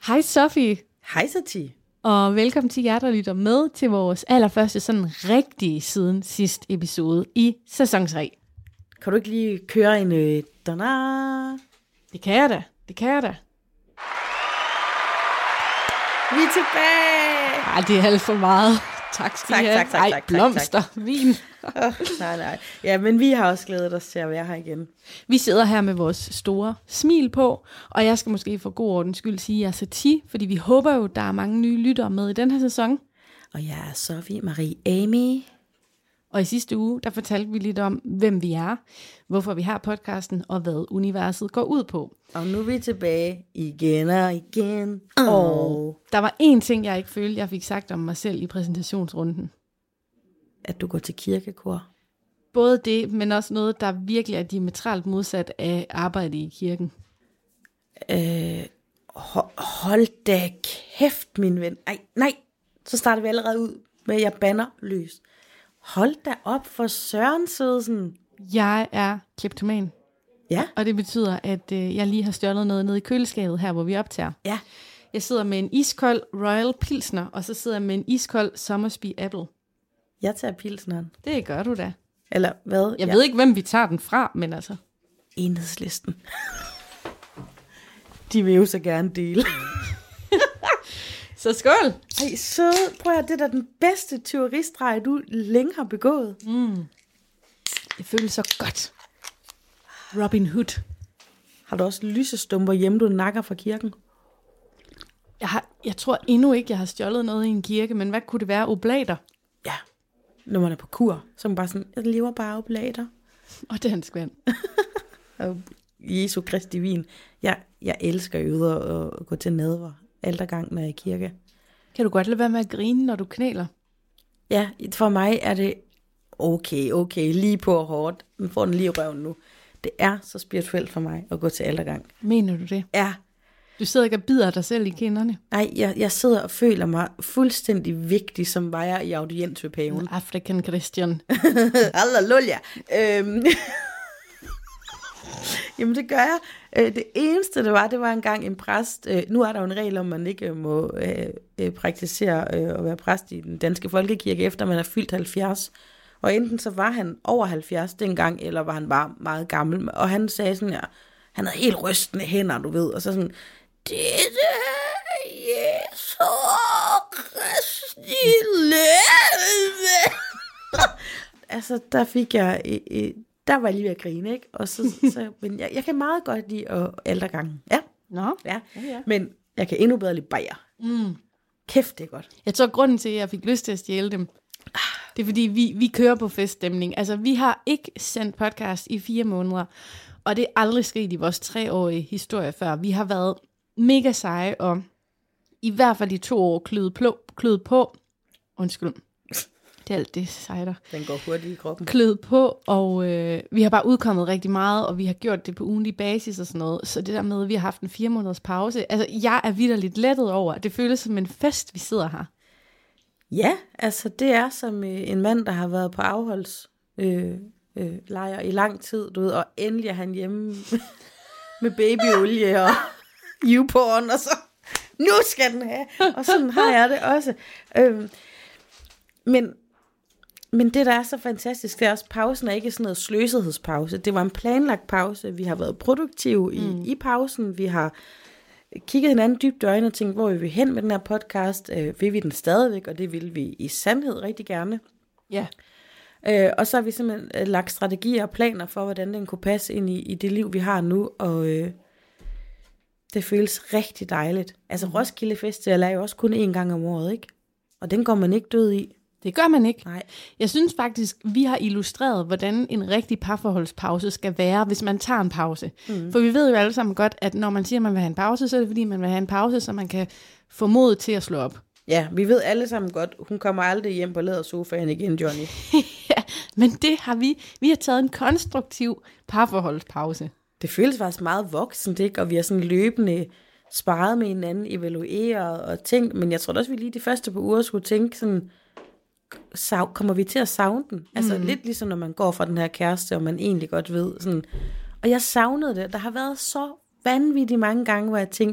Hej Sofie. Hej Satie. Og velkommen til jer, der lytter med til vores allerførste sådan rigtige siden sidste episode i sæson 3. Kan du ikke lige køre en dana? Det kan jeg da. Vi er tilbage! Ej, det er alt for meget. Tak skal I have. Tak. Blomster, vin. Nej. Ja, men vi har også glædet os til at være her igen. Vi sidder her med vores store smil på, og jeg skal måske for god ordens skyld sige, at jeg er Satie, fordi vi håber jo, der er mange nye lyttere med i den her sæson. Og jeg er Sofie Marie Amy. Og i sidste uge, der fortalte vi lidt om, hvem vi er, hvorfor vi har podcasten, og hvad universet går ud på. Og nu er vi tilbage igen og igen. Og der var én ting, jeg ikke følte, jeg fik sagt om mig selv i præsentationsrunden. At du går til kirkekor. Både det, men også noget, der virkelig er diametralt modsat af arbejde i kirken. Hold da kæft, min ven. Nej, så starter vi allerede ud med, at jeg banner løs. Hold da op for Søren Sødsen. Jeg er kleptoman. Ja. Og det betyder, at jeg lige har stjålet noget nede i køleskabet her, hvor vi optager. Ja. Jeg sidder med en iskold Royal Pilsner, og så sidder jeg med en iskold Somersby Apple. Jeg tager pilsneren. Det gør du da. Eller hvad? Jeg ved ikke, hvem vi tager den fra, men altså. Enhedslisten. De vil jo så gerne dele. Så skål! Ej, søde. Prøv at det er den bedste tyveristreg, du længe har begået. Det føles så godt. Robin Hood. Har du også lysestumper hjemme, du nakker fra kirken? Jeg tror endnu ikke, jeg har stjålet noget i en kirke, men hvad kunne det være? Oblater? Ja. Når man er på kur, så er man bare sådan, jeg lever bare oblater. Og dansk vand. Og Jesu Kristi vin. Jeg elsker jo at gå til nadver altergang, når jeg er i kirke. Kan du godt lade være med at grine, når du knæler? Ja, for mig er det okay, lige på og hårdt. Men får den lige i røven nu. Det er så spirituelt for mig at gå til altergang. Mener du det? Ja. Du sidder ikke og bider dig selv i kinderne? Nej, jeg sidder og føler mig fuldstændig vigtig, som var jeg i audiens ved paven. African Christian. Halleluja. Jamen det gør jeg. Det eneste det var engang en præst. Nu er der jo en regel om, at man ikke må praktisere at være præst i den danske folkekirke, efter man er fyldt 70. Og enten så var han over 70 dengang, eller var han bare meget gammel. Og han sagde sådan, han havde helt rystende hænder, du ved. Og så sådan, det er Jesu Kristi leve. Altså, der fik jeg... Der var jeg lige ved at grine, ikke? Og men jeg kan meget godt lide altergangen. Ja. Nå. Ja. Men jeg kan endnu bedre lide bajer. Kæft, det er godt. Jeg tror, grunden til, at jeg fik lyst til at stjæle dem, det er, fordi vi kører på feststemning. Altså, vi har ikke sendt podcast i 4 måneder, og det er aldrig sket i vores 3-årige historie før. Vi har været mega seje, og i hvert fald i 2 år kløet på. Undskyld. Det er alt det sejder. Den går hurtigt i kroppen. Kløet på, og vi har bare udkommet rigtig meget, og vi har gjort det på ugentlig basis og sådan noget. Så det der med, at vi har haft en 4 måneders pause. Altså, jeg er vitterligt lettet over. Det føles som en fest, vi sidder her. Ja, altså det er som en mand, der har været på afholdslejr i lang tid, du ved, og endelig er han hjemme med babyolie og YouPorn, og så nu skal den have. Og sådan har jeg det også. Men det, der er så fantastisk, det er også, pausen er ikke sådan noget sløsethedspause. Det var en planlagt pause. Vi har været produktive i pausen. Vi har kigget hinanden dybt i øjnene og tænkt, hvor vi vil hen med den her podcast. Vil vi den stadigvæk, og det vil vi i sandhed rigtig gerne. Ja. Og så har vi simpelthen lagt strategier og planer for, hvordan den kunne passe ind i det liv, vi har nu. Og det føles rigtig dejligt. Altså Roskilde Festival er jo også kun 1 gang om året, ikke? Og den går man ikke død i. Det gør man ikke. Nej. Jeg synes faktisk, vi har illustreret, hvordan en rigtig parforholdspause skal være, hvis man tager en pause. For vi ved jo alle sammen godt, at når man siger, at man vil have en pause, så er det fordi, man vil have en pause, så man kan få mod til at slå op. Ja, vi ved alle sammen godt, hun kommer aldrig hjem på lædersofaen igen, Johnny. Ja, men det har vi. Vi har taget en konstruktiv parforholdspause. Det føles faktisk meget voksent, ikke? Og vi har sådan løbende sparet med hinanden, evalueret og tænkt, men jeg tror også, vi lige de første par uger skulle tænke sådan, kommer vi til at savne den? Altså lidt ligesom når man går fra den her kæreste, og man egentlig godt ved sådan. Og jeg savnede det. Der har været så vanvittigt mange gange, hvor jeg tænkte,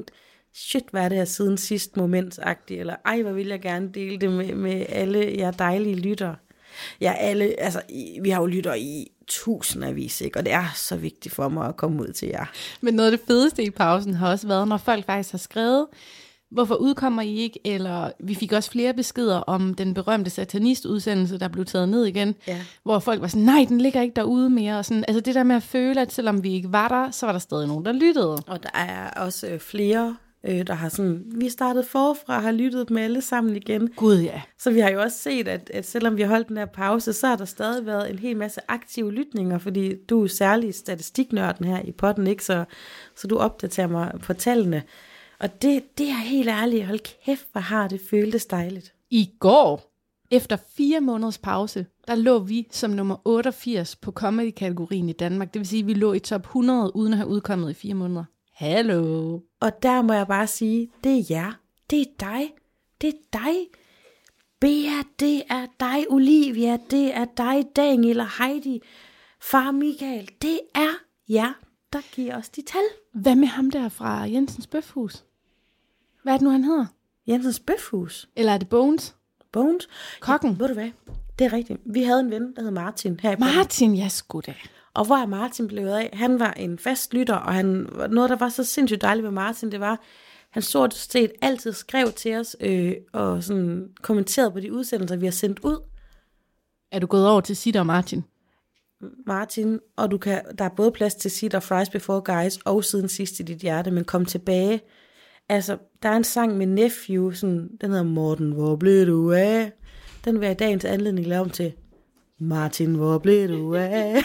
shit, hvad er det her siden sidst momentsagtigt, eller ej, hvor vil jeg gerne dele det med alle jer dejlige lyttere. Ja, alle, altså, vi har jo lyttere i tusindvis, ikke? Og det er så vigtigt for mig at komme ud til jer. Men noget af det fedeste i pausen har også været, når folk faktisk har skrevet, hvorfor udkommer I ikke? Eller vi fik også flere beskeder om den berømte satanistudsendelse, der blev taget ned igen, hvor folk var sådan, nej, den ligger ikke derude mere. Og sådan, altså det der med at føle, at selvom vi ikke var der, så var der stadig nogen, der lyttede. Og der er også flere, der har sådan, vi startede forfra og har lyttet med alle sammen igen. Gud ja. Så vi har jo også set, at selvom vi har holdt den her pause, så har der stadig været en hel masse aktive lytninger, fordi du er særlig statistiknørden her i podden, ikke? Så du opdaterer mig på tallene. Og det er helt ærligt, hold kæft, hvor har det føltes dejligt. I går, efter 4 måneders pause, der lå vi som nummer 88 på comedy-kategorien i Danmark. Det vil sige, at vi lå i top 100, uden at have udkommet i 4 måneder. Hallo. Og der må jeg bare sige, det er jer. Det er dig. Det er dig. Bea, det er dig. Olivia, det er dig. Daniel og Heidi. Far Michael, det er jer, der giver os de tal. Hvad med ham der fra Jensens Bøfhus? Hvad er det nu, han hedder? Jensens Bøfhus? Eller er det Bones? Bones? Kokken? Ja, ved du hvad? Det er rigtigt. Vi havde en ven, der hed Martin. Her i Martin, ja sgu da. Og hvor er Martin blevet af? Han var en fast lytter, og noget, der var så sindssygt dejligt med Martin, det var, han stort set altid skrev til os, og sådan kommenterede på de udsendelser, vi har sendt ud. Er du gået over til Sid og Martin? Martin, og der er både plads til Sid og Fries Before Guys, og Siden Sidst i dit hjerte, men kom tilbage. Altså, der er en sang med Nephew, sådan, den hedder Morten, hvor blev du af? Den vil jeg i dagens anledning lave om til Martin, hvor blev du af?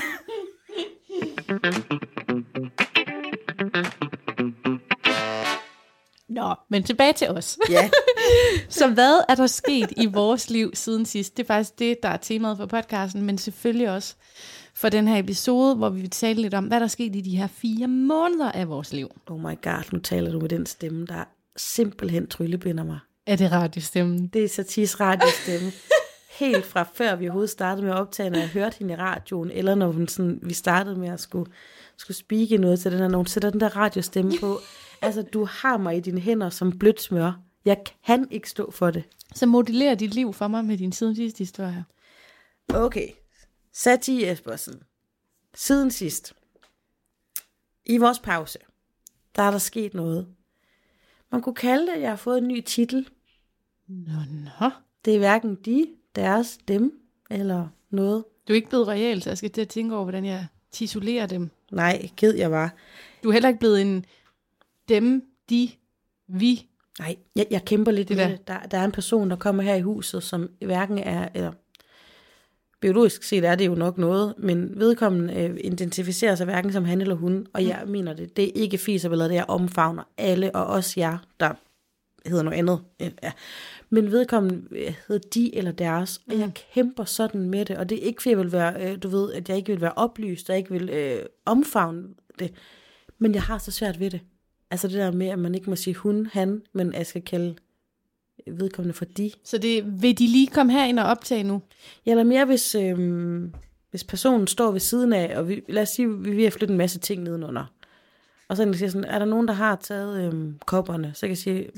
Nå, men tilbage til os. Ja. Så hvad er der sket i vores liv siden sidst? Det er faktisk det, der er temaet for podcasten, men selvfølgelig også for den her episode, hvor vi vil tale lidt om, hvad der er sket i de her 4 måneder af vores liv. Oh my god, nu taler du med den stemme, der simpelthen tryllebinder mig. Er det radiostemmen? Det er Satis radiostemme. Helt fra før vi overhovedet startede med at optage, når jeg hørte hende i radioen, eller når vi startede med at skulle speake noget til den her, når hun sætter den der radiostemme på. Altså, du har mig i dine hænder som blødt smør. Jeg kan ikke stå for det. Så modellerer dit liv for mig med din siden sidste historie. Okay. Sati Espersen. Siden sidst. I vores pause, der er der sket noget. Man kunne kalde det, at jeg har fået en ny titel. Nå. Det er hverken de, deres, dem, eller noget. Du er ikke blevet real, så jeg skal til at tænke over, hvordan jeg titulerer dem. Nej, ked jeg var. Du er heller ikke blevet en dem, de, vi. Nej, jeg kæmper lidt med det. Der er en person, der kommer her i huset, som hverken er, eller biologisk set er det jo nok noget, men vedkommende identificerer sig hverken som han eller hun, og jeg mener det. Det er ikke fiserbilleder, det er omfavner alle, og også jer, der hedder noget andet. Ja. Men vedkommende hedder de eller deres, og jeg kæmper sådan med det, og det er ikke, fordi jeg vil være, du ved, at jeg ikke vil være oplyst, og jeg ikke vil omfavne det, men jeg har så svært ved det. Altså det der med, at man ikke må sige hun, han, men jeg skal kalde vedkommende for de. Så vil de lige komme herind og optage nu? Ja, eller mere hvis personen står ved siden af, og lad os sige, vi har flyttet en masse ting nedenunder. Og så kan jeg sige sådan, er der nogen, der har taget kopperne? Så kan jeg sige,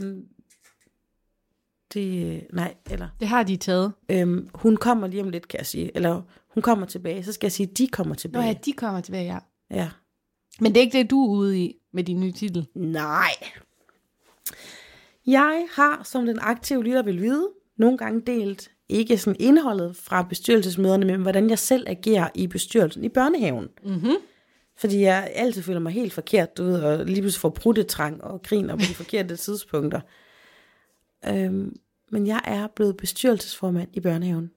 nej, eller... Det har de taget. Hun kommer lige om lidt, kan jeg sige. Eller hun kommer tilbage, så skal jeg sige, de kommer tilbage. Nå ja, de kommer tilbage, ja. Ja. Men det er ikke det, du er ude i med din nye titel? Nej. Jeg har, som den aktive lytter vil vide, nogle gange delt, ikke sådan indholdet fra bestyrelsesmøderne, men hvordan jeg selv agerer i bestyrelsen i børnehaven. Mhm. Fordi jeg altid føler mig helt forkert, du ved, og lige pludselig får pruttetrang og griner på de forkerte tidspunkter. Men jeg er blevet bestyrelsesformand i børnehaven.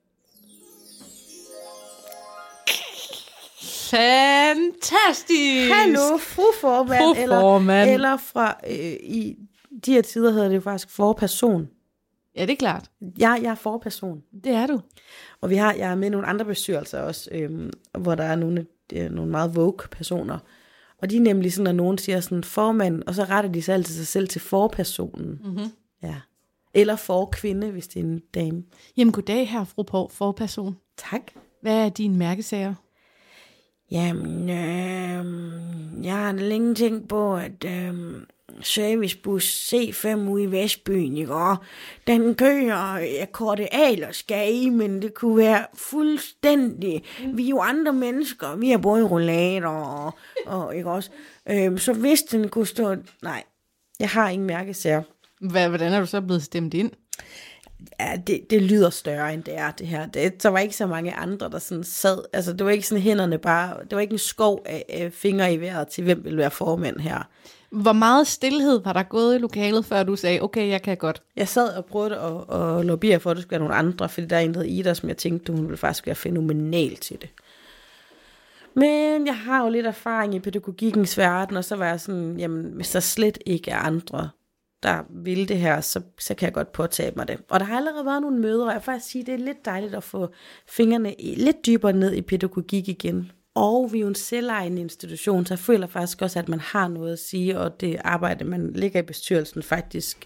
Fantastisk! Hallo, fru formand. Eller fra, i de her tider hedder det jo faktisk forperson. Ja, det er klart. Jeg er forperson. Det er du. Og jeg er med i nogle andre bestyrelser også, hvor der er nogle meget woke personer. Og de er nemlig sådan, når nogen siger sådan formand, og så retter de sig altid sig selv til forpersonen. Mm-hmm. Ja. Eller forkvinde, hvis det er en dame. Jamen goddag her, fru forperson. Tak. Hvad er dine mærkesager? Jamen, jeg har længe tænkt på, at servicebus C5 ude i Vestbyen, ikke? Og den kører kordial og skal i, men det kunne være fuldstændig. Vi er jo andre mennesker, vi har både rollator og ikke også. Så hvis den kunne stå... Nej, jeg har ingen mærkesager. Hvordan er du så blevet stemt ind? Ja, det lyder større end det er, det her. Der var ikke så mange andre, der sådan sad. Altså, det var ikke sådan hænderne bare... Det var ikke en skov af fingre i vejret til, hvem ville være formand her. Hvor meget stillhed var der gået i lokalet, før du sagde, okay, jeg kan godt? Jeg sad og prøvede at lobbyere for, at det skulle være nogle andre, fordi der er en, der hedder Ida, som jeg tænkte, hun ville faktisk være fænomenal til det. Men jeg har jo lidt erfaring i pædagogikkens verden, og så var jeg sådan, jamen, hvis der slet ikke er andre, der vil det her, så kan jeg godt påtage mig det. Og der har allerede været nogle møder, og jeg vil faktisk sige, det er lidt dejligt at få fingrene lidt dybere ned i pædagogik igen. Og vi er jo en selvejende institution, så jeg føler faktisk også, at man har noget at sige, og det arbejde, man ligger i bestyrelsen, faktisk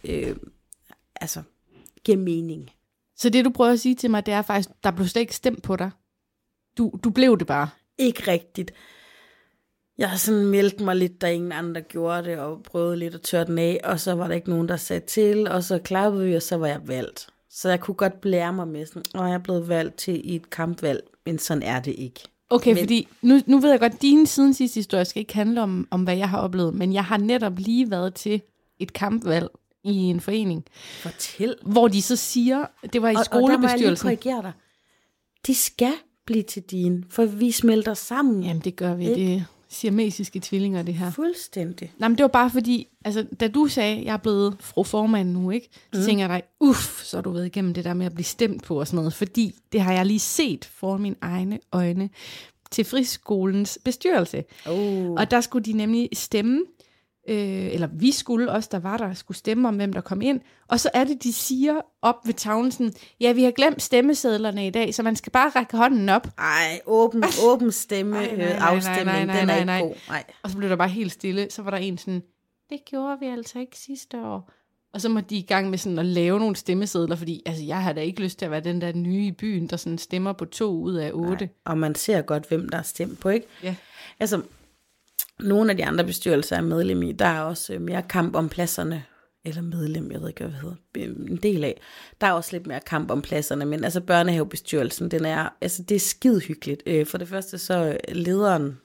giver mening. Så det, du prøver at sige til mig, det er faktisk, der blev slet ikke stemt på dig. Du blev det bare. Ikke rigtigt. Jeg har sådan meldt mig lidt, da ingen andre gjorde det, og prøvede lidt at tørre den af, og så var der ikke nogen, der sagde til, og så klappede vi, og så var jeg valgt. Så jeg kunne godt blære mig med sådan, jeg er blevet valgt til et kampvalg, men sådan er det ikke. Okay, men, fordi nu ved jeg godt, at din siden sidste historie skal ikke handle om, hvad jeg har oplevet, men jeg har netop lige været til et kampvalg i en forening. Fortæl. Hvor de så siger, det var i skolebestyrelsen. Og der må jeg lige korrigere dig. De skal blive til dine, for vi smelter sammen. Jamen det gør vi, det siamesiske tvillinger det her. Fuldstændig. Nej, men det var bare fordi, altså da du sagde, jeg er blevet fru formand nu, ikke? Så tænker jeg dig, så har du været igennem det der med at blive stemt på og sådan noget, fordi det har jeg lige set for mine egne øjne til friskolens bestyrelse. Og der skulle de nemlig stemme, eller vi skulle også, der skulle stemme om, hvem der kom ind. Og så er det, de siger op ved tavlen sådan, ja, vi har glemt stemmesedlerne i dag, så man skal bare række hånden op. Ej, åben stemme afstemning, den er ikke god. Nej. Og så blev der bare helt stille. Så var der en sådan, det gjorde vi altså ikke sidste år. Og så må de i gang med sådan at lave nogle stemmesedler, fordi altså, jeg har da ikke lyst til at være den der nye i byen, der sådan stemmer på 2 ud af 8. Nej. Og man ser godt, hvem der er stemt på, ikke? Ja. Altså, nogle af de andre bestyrelser er medlem i, der er også mere kamp om pladserne, eller medlem, jeg ved ikke, hvad det hedder, en del af. Der er også lidt mere kamp om pladserne, men altså børnehavebestyrelsen, det er skide hyggeligt. For det første så lederen,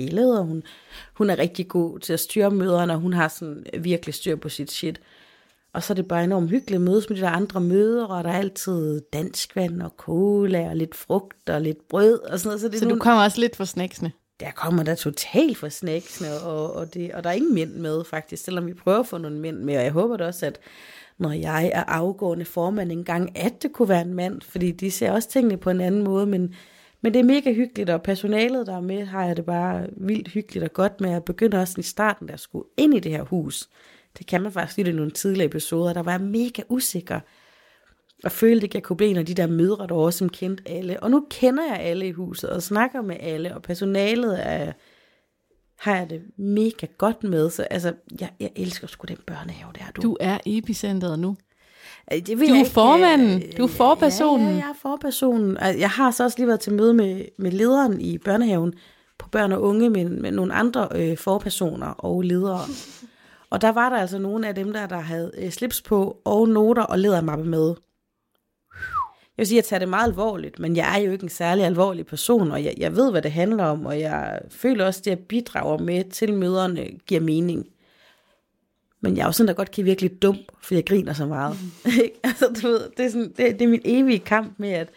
hun er rigtig god til at styre møderne, og hun har sådan virkelig styr på sit shit. Og så er det bare enormt hyggeligt at mødes med de der andre mødre, og der er altid danskvand og cola og lidt frugt og lidt brød og sådan noget. Så du kommer også lidt for snacksene? Der kommer der totalt for snacksene, og der er ingen mænd med faktisk, selvom vi prøver at få nogle mænd med, og jeg håber da også, at når jeg er afgående formand engang, at det kunne være en mand, fordi de ser også tingene på en anden måde, men det er mega hyggeligt, og personalet der er med, har jeg det bare vildt hyggeligt og godt med, at begynde også i starten, der skulle ind i det her hus. Det kan man faktisk lidt i nogle tidligere episoder, der var jeg mega usikker, og følte ikke, at jeg kunne blive en af de der mødre, der også som kendte alle. Og nu kender jeg alle i huset, og snakker med alle, og personalet har jeg det mega godt med. Så altså, jeg elsker sgu den børnehave der. Du er epicentret nu. Du er formanden. Du er forpersonen. Ja, jeg er forpersonen. Jeg har så også lige været til møde med lederen i børnehaven, på børn og unge, med nogle andre forpersoner og ledere. Og der var der altså nogle af dem, der havde slips på, og noter og lædermappe med. Jeg vil sige, at jeg tager det meget alvorligt, men jeg er jo ikke en særlig alvorlig person, og jeg ved, hvad det handler om, og jeg føler også, at det, jeg bidrager med til møderne, giver mening. Men jeg er jo sådan, der godt kan virke lidt dum, for jeg griner så meget. Altså, du ved, det er min evige kamp med, at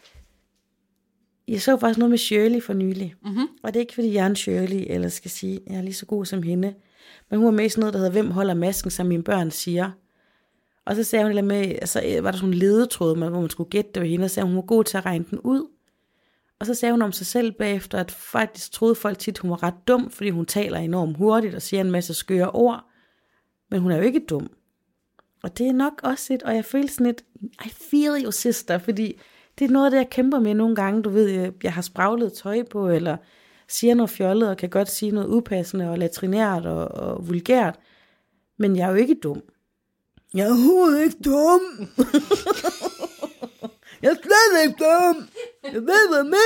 jeg så faktisk noget med Shirley for nylig. Mm-hmm. Og det er ikke, fordi jeg er en Shirley, eller skal sige, at jeg er lige så god som hende. Men hun var med i sådan noget, der hedder, hvem holder masken, som mine børn siger. Og så sagde hun med, altså var der sådan en ledetråd, hvor man skulle gætte det ved hende, og sagde hun var god til at regne den ud. Og så sagde hun om sig selv bagefter, at faktisk troede folk tit, hun var ret dum, fordi hun taler enormt hurtigt og siger en masse skøre ord. Men hun er jo ikke dum. Og det er nok også et, og jeg føler sådan et, I feel you sister, fordi det er noget af det, jeg kæmper med nogle gange. Du ved, jeg har spraglet tøj på, eller siger noget fjollet, og kan godt sige noget upassende, og latrinært og vulgært. Men jeg er jo ikke dum. Jeg er overhovedet ikke dum. Jeg er slet ikke dum. Jeg ved, hvad jeg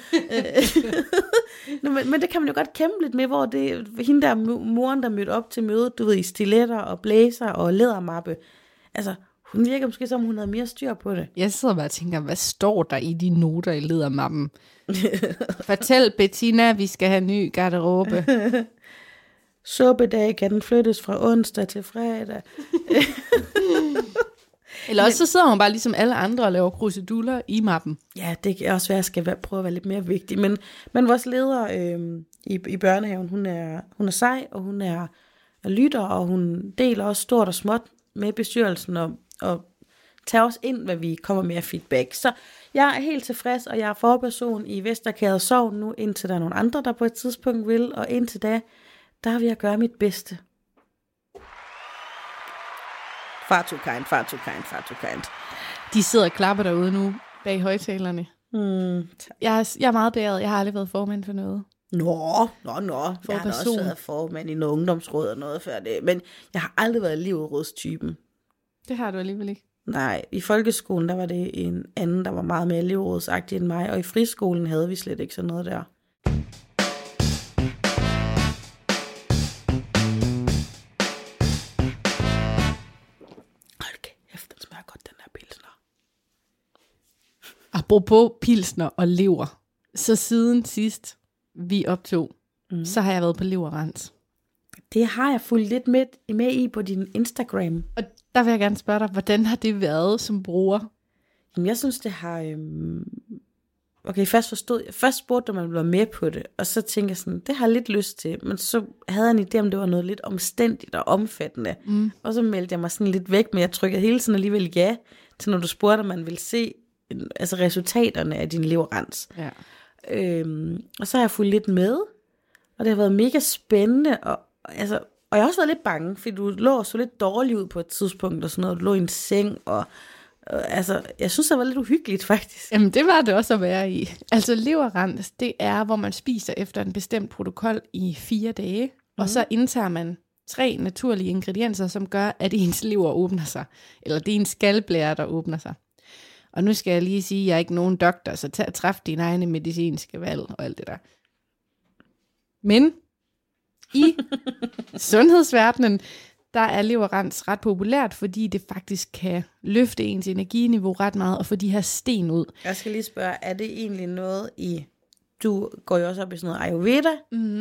mener. Men det kan man jo godt kæmpe lidt med, hvor det er hende der moren, der mødte op til mødet, du ved, i stiletter og blæser og lædermappe. Altså, hun virker måske som, hun havde mere styr på det. Jeg sidder bare og tænker, hvad står der i de noter i lædermappen? Fortæl Bettina, vi skal have ny garderobe. Suppedag, kan den flyttes fra onsdag til fredag? Eller også så sidder hun bare ligesom alle andre og laver kruseduller i mappen. Ja, det kan også være, at jeg skal prøve at være lidt mere vigtig. Men vores leder i børnehaven, hun er sej, og hun er lytter, og hun deler også stort og småt med bestyrelsen, og tager os ind, hvad vi kommer med af feedback. Så jeg er helt tilfreds, og jeg er forperson i Vesterkæret Sogn nu, indtil der er nogle andre, der på et tidspunkt vil, og indtil da, der vil jeg gøre mit bedste. Far too kind, far too kind, far too kind. De sidder og klapper derude nu, bag højtalerne. Jeg er meget beæret. Jeg har aldrig været formand for noget. Nå. Jeg har også været formand i noget ungdomsråd og noget før det. Men jeg har aldrig været elevrådstypen. Det har du alligevel ikke. Nej, i folkeskolen, der var det en anden, der var meget mere elevrådsagtig end mig. Og i friskolen havde vi slet ikke sådan noget der. Apropos pilsner og lever, så siden sidst vi optog, så har jeg været på leverrens. Det har jeg fulgt lidt med i på din Instagram. Og der vil jeg gerne spørge dig, hvordan har det været som bruger? Jamen, jeg synes, det har... Okay, først spurgte man var med på det, og så tænkte jeg sådan, det har jeg lidt lyst til, men så havde jeg en idé om, det var noget lidt omstændigt og omfattende. Og så meldte jeg mig sådan lidt væk, men jeg trykkede hele tiden alligevel ja, til når du spurgte, om man ville se altså resultaterne af din leverrens. Ja. Og så har jeg fulgt lidt med, og det har været mega spændende, og jeg har også været lidt bange, fordi du lå så lidt dårligt ud på et tidspunkt, og sådan noget, du lå i en seng, og jeg synes, det var lidt uhyggeligt, faktisk. Jamen, det var det også at være i. Altså, leverrens, det er, hvor man spiser efter en bestemt protokol i 4 dage, og så indtager man 3 naturlige ingredienser, som gør, at ens lever åbner sig, eller det er en skalblære, der åbner sig. Og nu skal jeg lige sige, at jeg er ikke nogen doktor, så træf dine egne medicinske valg og alt det der. Men i sundhedsverdenen, der er leverrens ret populært, fordi det faktisk kan løfte ens energiniveau ret meget og få de her sten ud. Jeg skal lige spørge, er det egentlig noget du går jo også op i sådan noget Ayurveda,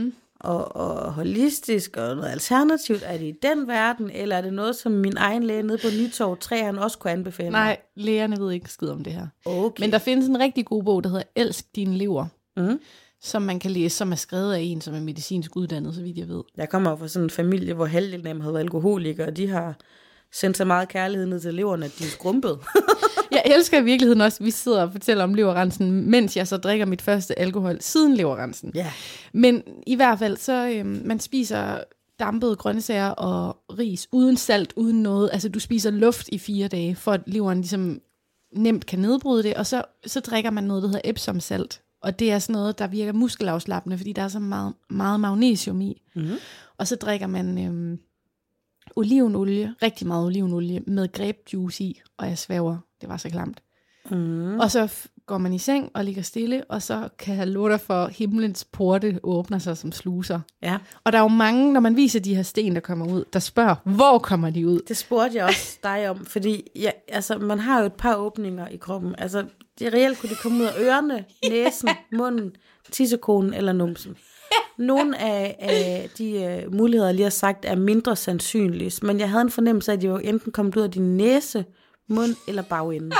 og holistisk og noget alternativt. Er det i den verden, eller er det noget, som min egen læge nede på Nytorv 3, han også kunne anbefale? Nej, lægerne ved ikke skid om det her. Okay. Men der findes en rigtig god bog, der hedder Elsk din lever, som man kan læse, som er skrevet af en, som er medicinsk uddannet, så vidt jeg ved. Jeg kommer fra sådan en familie, hvor halvdelen af dem havde været alkoholikere, og de har sendt så meget kærlighed ned til leveren, at de er skrumpet. Jeg elsker i virkeligheden også, at vi sidder og fortæller om leverrensen, mens jeg så drikker mit første alkohol siden leverrensen. Ja. Men i hvert fald, så man spiser dampede grøntsager og ris uden salt, uden noget. Altså du spiser luft i 4 dage, for at leveren ligesom nemt kan nedbryde det. Og så drikker man noget, der hedder Epsom-salt. Og det er sådan noget, der virker muskelafslappende, fordi der er så meget magnesium i. Og så drikker man olivenolie, rigtig meget olivenolie, med grapejuice i, og jeg svæver, det var så klamt. Og så går man i seng og ligger stille, og så kan jeg love dig for, himlens porte åbner sig som sluser. Ja. Og der er jo mange, når man viser de her sten, der kommer ud, der spørger, hvor kommer de ud? Det spurgte jeg også dig om, fordi man har jo et par åbninger i kroppen. Altså, det reelt kunne det komme ud af ørerne, næsen, munden, tissekonen eller numsen. Nogle af de muligheder, jeg lige har sagt, er mindre sandsynlige, men jeg havde en fornemmelse af, at de jo enten kom ud af din næse, mund eller bagende.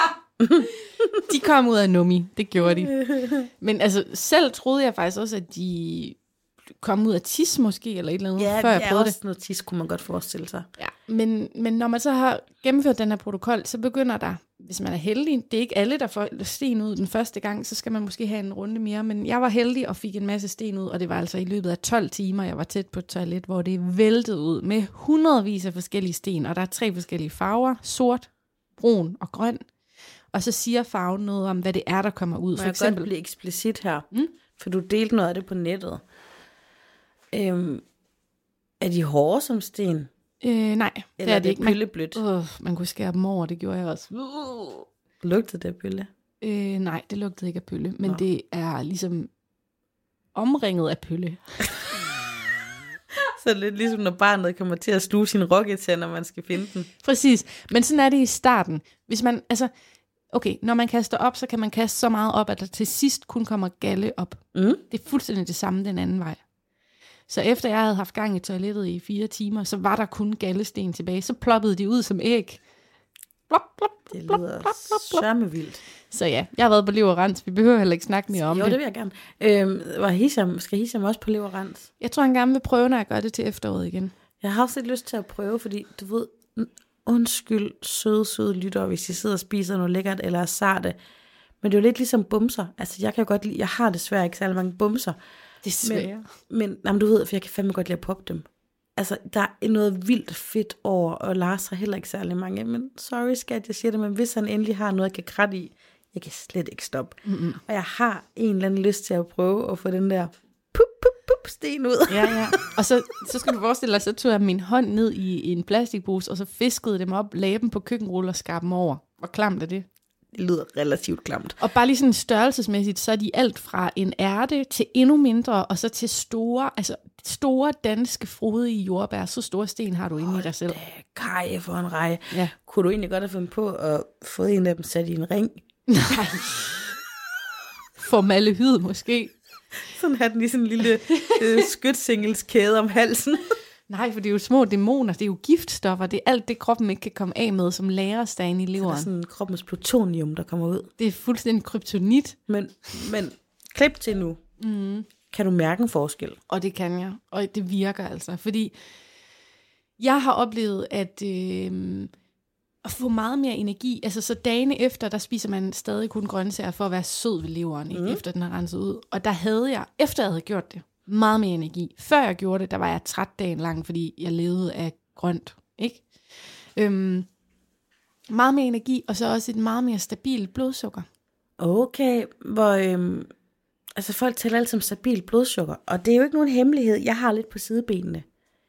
De kom ud af nummi, det gjorde de. Men altså, selv troede jeg faktisk også, at de kom ud af tis måske, eller et eller andet, før jeg prøvede det. Ja, også noget tis kunne man godt forestille sig. Ja, men når man så har gennemført den her protokol, så begynder der, hvis man er heldig, det er ikke alle, der får sten ud den første gang, så skal man måske have en runde mere, men jeg var heldig og fik en masse sten ud, og det var altså i løbet af 12 timer, jeg var tæt på et toilet, hvor det væltede ud med hundredvis af forskellige sten, og der er 3 forskellige farver, sort, brun og grøn. Og så siger farven noget om, hvad det er, der kommer ud. For eksempel godt blive eksplicit her, for du delte noget af det på nettet. Er de hårde som sten? Nej, det er det ikke. Pølleblødt? Man kunne skære dem over, det gjorde jeg også. Lugtede det af pølle? Nej, det lugtede ikke af pølle, men det er ligesom omringet af pølle. Så lidt ligesom når barnet kommer til at sluge sin rocket, når man skal finde den. Præcis, men sådan er det i starten. Hvis man, altså, okay, når man kaster op, så kan man kaste så meget op, at der til sidst kun kommer galle op. Det er fuldstændig det samme den anden vej. Så efter jeg havde haft gang i toilettet i 4 timer, så var der kun gallesten tilbage. Så ploppede de ud som æg. Plop, plop, det lyder sørmevildt. Så ja, jeg har været på Liv og Rens. Vi behøver heller ikke snakke mere om det. Jo, det vil jeg gerne. Skal Hisham også på Liv og Rens? Jeg tror, han gerne vil prøve, når jeg gør det til efteråret igen. Jeg har også lidt lyst til at prøve, fordi du ved, undskyld søde lytter, hvis I sidder og spiser noget lækkert eller er sarte. Men det er jo lidt ligesom bumser. Altså, jeg kan jo godt lide, jeg har desværre ikke særlig mange bumser. Det er svært. Men du ved, for jeg kan fandme godt lide at poppe dem. Altså, der er noget vildt fedt over, og Lars har heller ikke særlig mange. Men sorry skat, jeg siger det, men hvis han endelig har noget, jeg kan kratte i, jeg kan slet ikke stoppe. Og jeg har en eller anden lyst til at prøve at få den der sten ud. Ja. Og så skal du forestille dig, så tog jeg min hånd ned i en plastikpose, og så fiskede dem op, lagde dem på køkkenrulle og skar dem over. Hvor klamt er det? Det lyder relativt klamt. Og bare lige sådan størrelsesmæssigt, så er de alt fra en ærte til endnu mindre, og så til store danske frodige jordbær. Så store sten har du inde i dig selv. Kaj for en rej. Ja. Kunne du egentlig godt have fundet på at få en af dem sat i en ring? Nej. Formaldehyd måske. Sådan har den i sådan en lille skytsingelskæde om halsen. Nej, for det er jo små dæmoner, det er jo giftstoffer, det er alt det, kroppen ikke kan komme af med, som lagres derinde i leveren. Så det er sådan kroppens plutonium, der kommer ud. Det er fuldstændig kryptonit. Men klip til nu. Kan du mærke en forskel? Og det kan jeg, og det virker altså, fordi jeg har oplevet at få meget mere energi. Altså så dagene efter, der spiser man stadig kun grøntsager for at være sød ved leveren, ikke? Efter den har renset ud. Og der havde jeg, efter jeg havde gjort det, meget mere energi. Før jeg gjorde det, der var jeg træt dagen lang, fordi jeg levede af grønt, ikke? Meget mere energi, og så også et meget mere stabilt blodsukker. Okay, altså folk taler altid om stabilt blodsukker, og det er jo ikke nogen hemmelighed. Jeg har lidt på sidebenene.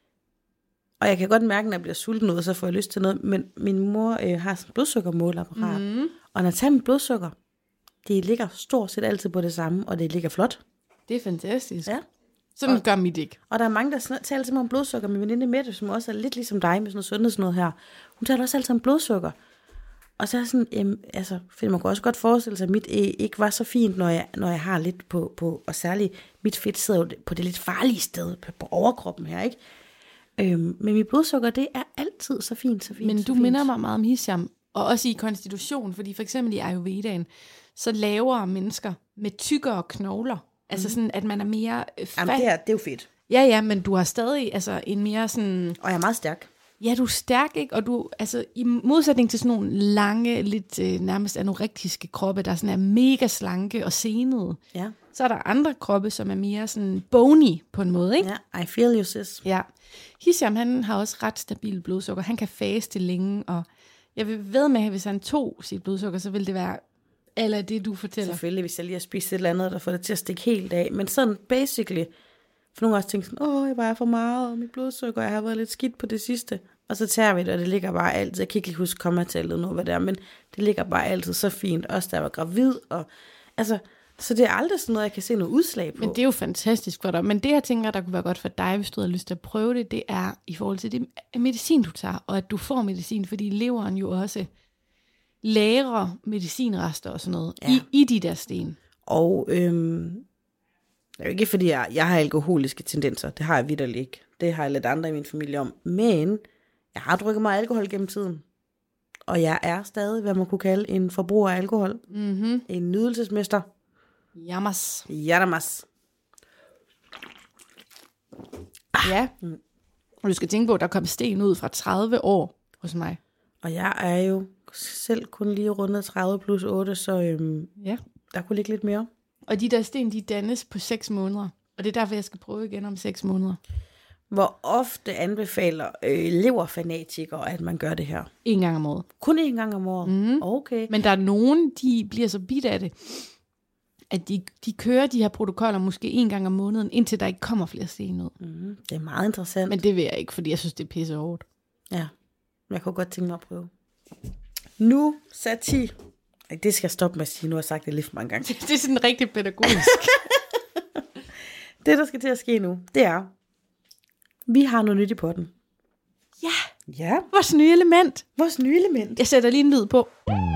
Og jeg kan godt mærke, når jeg bliver sulten ud, og så får jeg lyst til noget. Men min mor har sådan en blodsukkermåleapparat. Og når jeg tager mit blodsukker, det ligger stort set altid på det samme, og det ligger flot. Det er fantastisk. Ja. Sådan gør mit ikke. Og der er mange, der taler altid om blodsukker. Min veninde Mette, som også er lidt ligesom dig med sådan noget sundhedsnået her. Hun taler også altid om blodsukker. Og så er sådan, fordi man kan også godt forestille sig, at mit ikke var så fint, når jeg har lidt på, og særligt mit fedt sidder jo på det lidt farlige sted, på overkroppen her, ikke? Men mit blodsukker, det er altid så fint. Men du minder mig meget om Hisham, og også i konstitution, fordi for eksempel i Ayurvedaen, så laver mennesker med tykkere knogler, altså sådan, at man er mere Jamen, det er jo fedt. Ja, men du har stadig altså en mere sådan... Og jeg er meget stærk. Ja, du er stærk, ikke? Og du, altså i modsætning til sådan nogle lange, lidt nærmest anorektiske kroppe, der sådan er mega slanke og senede, ja. Så er der andre kroppe, som er mere sådan bony på en måde, ikke? Ja, I feel you, sis. Ja. Hisham, han har også ret stabil blodsukker. Han kan faste længe, og jeg vil ved med, at hvis han tog sit blodsukker, så vil det være eller det, du fortæller. Selvfølgelig, hvis jeg lige har spist et eller andet, der får det til at stikke helt af. Men sådan basically, for nogle gange tænker sådan, jeg vejer for meget, og mit blodsukker, jeg har været lidt skidt på det sidste. Og så tager vi det, og det ligger bare altid. Jeg kan ikke lige huske kommatallet nu, hvad det er, men det ligger bare altid så fint. Også da jeg var gravid, og altså... Så det er aldrig sådan noget, jeg kan se noget udslag på. Men det er jo fantastisk for dig. Men det, jeg tænker, der kunne være godt for dig, hvis du havde lyst til at prøve det, det er i forhold til det medicin, du tager, og at du får medicin, fordi leveren jo også lagrer medicinrester og sådan noget i de der sten. Og det er jo ikke, fordi jeg har alkoholiske tendenser. Det har jeg vitterligt ikke. Det har jeg lidt andre i min familie om. Men jeg har drukket meget alkohol gennem tiden. Og jeg er stadig, hvad man kunne kalde, en forbruger af alkohol. Mm-hmm. En nydelsesmester. Jammers. Jadamas. Ja. Og du skal tænke på, at der kom sten ud fra 30 år hos mig. Og jeg er jo selv kun lige rundet 30 plus 8, så der kunne ligge lidt mere. Og de der sten, de dannes på 6 måneder. Og det er derfor, jeg skal prøve igen om 6 måneder. Hvor ofte anbefaler leverfanatikere, at man gør det her? 1 gang om året. Kun 1 gang om året? Mm. Okay. Men der er nogen, de bliver så bidt af det, at de kører de her protokoller måske 1 gang om måneden, indtil der ikke kommer flere sten ud. Mm. Det er meget interessant. Men det vil jeg ikke, fordi jeg synes, det er pisse hårdt. Ja, jeg kunne godt tænke mig at prøve. Nu, Sati, Det skal jeg stoppe med at sige. Nu har jeg sagt det lidt for mange gange. Det er sådan rigtig pædagogisk. Det, der skal til at ske nu, det er, vi har noget nyt i potten. Ja. Vores nye element. Vores nye element. Jeg sætter lige en lyd på.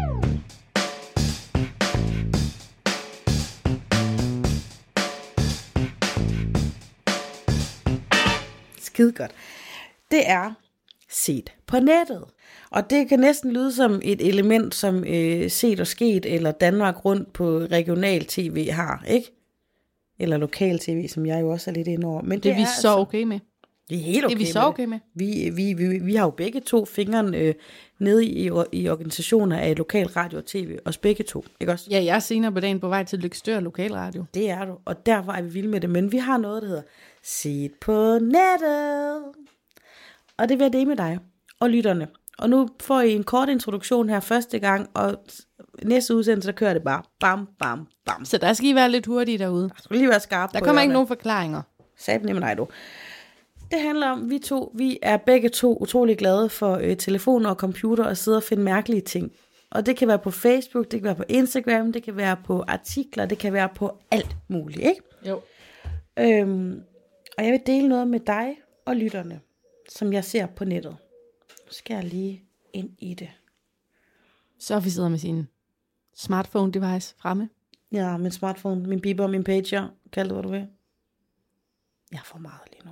Skide godt. Det er set på nettet. Og det kan næsten lyde som et element, som Set og Sket eller Danmark Rundt på regional tv har, ikke? Eller lokal tv, som jeg jo også er lidt inde over. Men det er vi så okay med. Vi er helt okay, det er vi så okay med. Vi har jo begge to fingre nede i organisationer af lokal radio og tv. Os begge to, ikke også? Ja, jeg er senere på dagen på vej til Løgstør Lokalradio. Det er du, og derfor er vi vilde med det. Men vi har noget, der hedder Set på nettet. Og det vil jeg dele med dig og lytterne. Og nu får I en kort introduktion her første gang, og næste udsendelse, der kører det bare bam, bam, bam. Så der skal I være lidt hurtige derude. Der skal lige være skarpe. Der kommer ikke nogen forklaringer. Sat nemlig nej, du. Det handler om, vi er begge to utrolig glade for telefoner og computer og sidde og finde mærkelige ting. Og det kan være på Facebook, det kan være på Instagram, det kan være på artikler, det kan være på alt muligt, ikke? Jo. Og jeg vil dele noget med dig og lytterne, som jeg ser på nettet. Nu skal jeg lige ind i det. Sofie sidder med sin smartphone device fremme. Ja, min smartphone, min beeper, min pager, kald det, hvad du vil. Jeg får meget lige nu.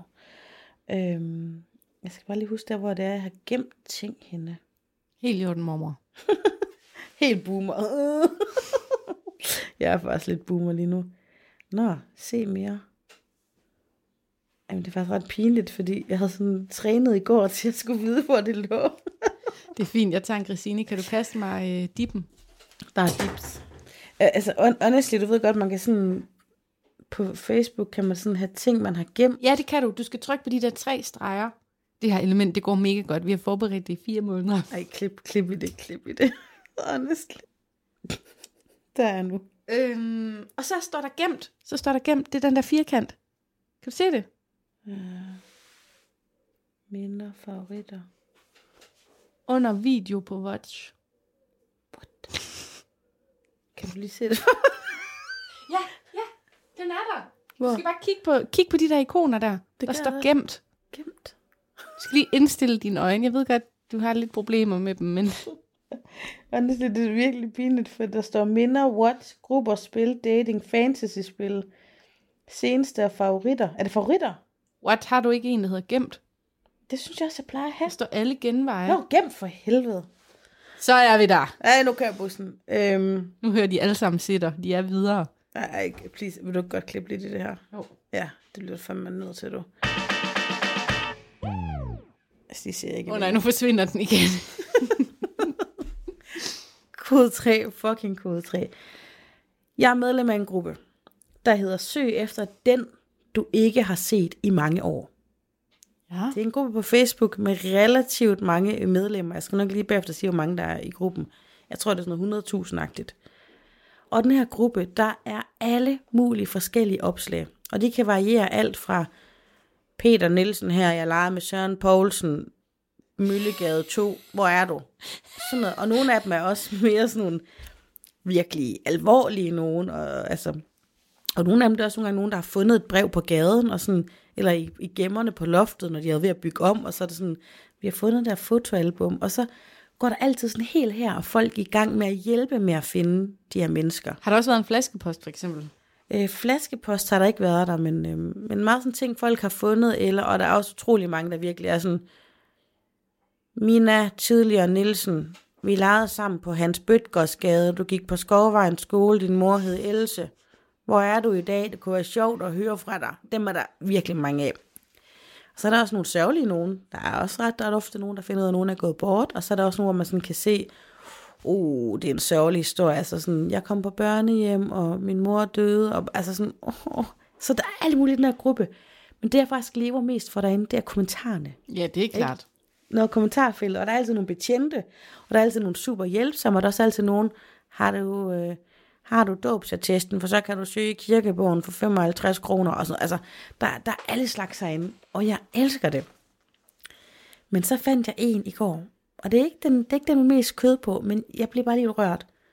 Jeg skal bare lige huske der, hvor det er, jeg har gemt ting henne. Helt i orden, mormor. Helt boomer. Jeg er faktisk lidt boomer lige nu. Nå, se mere. Jamen, det er faktisk ret pinligt, fordi jeg havde sådan trænet i går til, at jeg skulle vide, hvor det lå. Det er fint, jeg tager en Grisine. Kan du kaste mig dippen? Der er dips. Altså, honestly, du ved godt, man kan sådan... På Facebook kan man sådan have ting, man har gemt. Ja, det kan du. Du skal trykke på de der 3 streger. Det her element, det går mega godt. Vi har forberedt det i 4 måneder. Ej, klip i det. Honestly. Der er nu. Og så står der gemt. Det er den der firkant. Kan du se det? Minder, favoritter. Under video på Watch. What? Kan du lige se det? Ja, den er der. Hvor? Du skal bare kigge på de der ikoner der. Der står gemt. Gemt? Du skal lige indstille dine øjne. Jeg ved godt, du har lidt problemer med dem, men... Honestly, det er virkelig pinligt, for der står minder, watch, grupper, spil, dating, fantasy-spil, seneste og favoritter. Er det favoritter? What, har du ikke en, der hedder gemt? Det synes jeg også, jeg plejer at have. Der står alle genveje. Nå, gemt for helvede. Så er vi der. Ja, nu kører bussen. Nu hører de alle sammen sitter. De er videre. Ej, please, vil du godt klippe lidt i det her? Jo. Ja, det bliver fandme nødt til, du. Altså, de ser ikke. Nej, nu forsvinder den igen. Kode 3, fucking kode 3. Jeg er medlem af en gruppe, der hedder Søg efter den, du ikke har set i mange år. Ja. Det er en gruppe på Facebook med relativt mange medlemmer. Jeg skal nok lige bagefter sige, hvor mange der er i gruppen. Jeg tror, det er sådan noget 100.000-agtigt. Og den her gruppe, der er alle mulige forskellige opslag. Og de kan variere alt fra Peter Nielsen her, jeg leger med Søren Poulsen, Møllegade 2, hvor er du? Sådan noget. Og nogle af dem er også mere sådan nogle virkelig alvorlige nogen. Og nogle af dem, der er også nogle gange nogen, der har fundet et brev på gaden, og sådan, eller i gemmerne på loftet, når de er ved at bygge om, og så er det sådan, vi har fundet der fotoalbum, og så går der altid sådan helt her, og folk i gang med at hjælpe med at finde de her mennesker. Har der også været en flaskepost, for eksempel? Flaskepost har der ikke været der, men meget sådan ting, folk har fundet, og der er også utrolig mange, der virkelig er sådan, Mina, tidligere Nielsen, vi legede sammen på Hans Bøtgårdsgade, du gik på Skovvejens skole, din mor hed Else. Hvor er du i dag? Det kunne være sjovt at høre fra dig. Dem er der virkelig mange af. Så er der også nogle sørgelige nogen. Der er ofte nogen, der finder ud af, at nogen er gået bort. Og så er der også nogen, hvor man sådan kan se, det er en sørgelig historie. Altså sådan, jeg kom på børnehjem, og min mor døde. Og, altså sådan, Så der er alle mulige i den her gruppe. Men det, jeg faktisk lever mest for derinde, det er kommentarerne. Ja, det er klart. Ikke? Noget kommentarfelt, og der er altid nogle betjente, og der er altid nogle super hjælpsomme, og der er også altid nogen, har du dåbsattesten, for så kan du søge i kirkebogen for 55 kroner, og sådan. Altså, der er alle slags herinde, og jeg elsker det. Men så fandt jeg en i går, og det er ikke den med mest kød på, men jeg blev bare lidt rørt.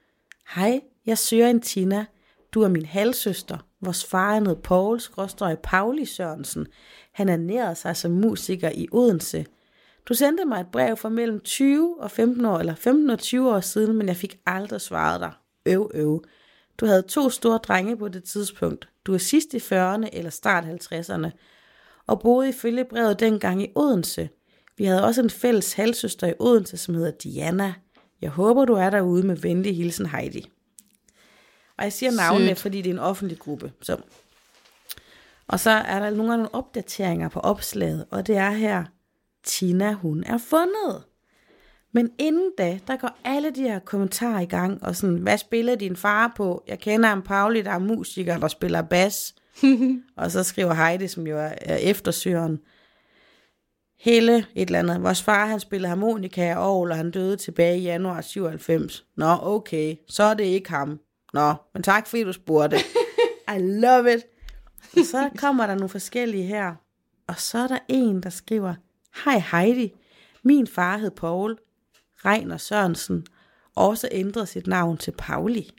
Hej, jeg søger en Tina. Du er min halvsøster. Vores far er noget Pauli Sørensen. Han ernærede sig som musiker i Odense. Du sendte mig et brev for mellem 20 og 15 år, eller 15 og 20 år siden, men jeg fik aldrig svaret dig. Du havde 2 store drenge på det tidspunkt. Du er sidst i 40'erne eller start 50'erne. Og boede ifølge brevet dengang i Odense. Vi havde også en fælles halvsøster i Odense, som hedder Diana. Jeg håber, du er derude med venlig hilsen Heidi. Og jeg siger navnene, fordi det er en offentlig gruppe. Så. Og så er der nogle opdateringer på opslaget, og det er her, Tina, hun er fundet. Men inden da, der går alle de her kommentarer i gang, og sådan, hvad spiller din far på? Jeg kender en Pauli, der er musiker, der spiller bas. Og så skriver Heidi, som jo er eftersøgeren, Helle et eller andet. Vores far, han spillede harmonika og orgel, og han døde tilbage i januar 97. Nå, okay, så er det ikke ham. Nå, men tak fordi du spurgte. I love it. Og så kommer der nogle forskellige her. Og så er der en, der skriver, hej Heidi, min far hed Poul Reiner Sørensen, også ændrede sit navn til Pauli.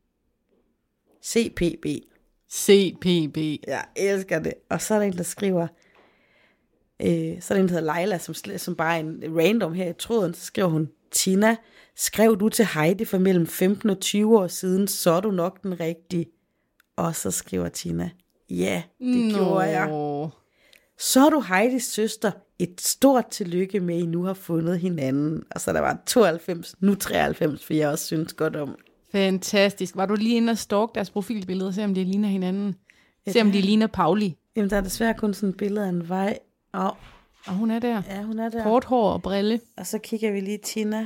CPB. CPB. Jeg elsker det. Og så er der en, der skriver, så er der en, der hedder Leila, som bare er en random her i tråden, så skriver hun, Tina, skrev du til Heidi for mellem 15 og 20 år siden, så er du nok den rigtige. Og så skriver Tina, ja, det gjorde jeg. Så er du Heidis søster. Et stort tillykke med, at I nu har fundet hinanden. Og så der var 92, nu 93, for jeg også synes godt om. Fantastisk. Var du lige inde og stalke deres profilbilleder, og se om de ligner hinanden? Se om de ligner Pauli? Jamen, der er desværre kun sådan et billede af en vej. Og hun er der. Ja, hun er der. Kort hår og brille. Og så kigger vi lige Tina.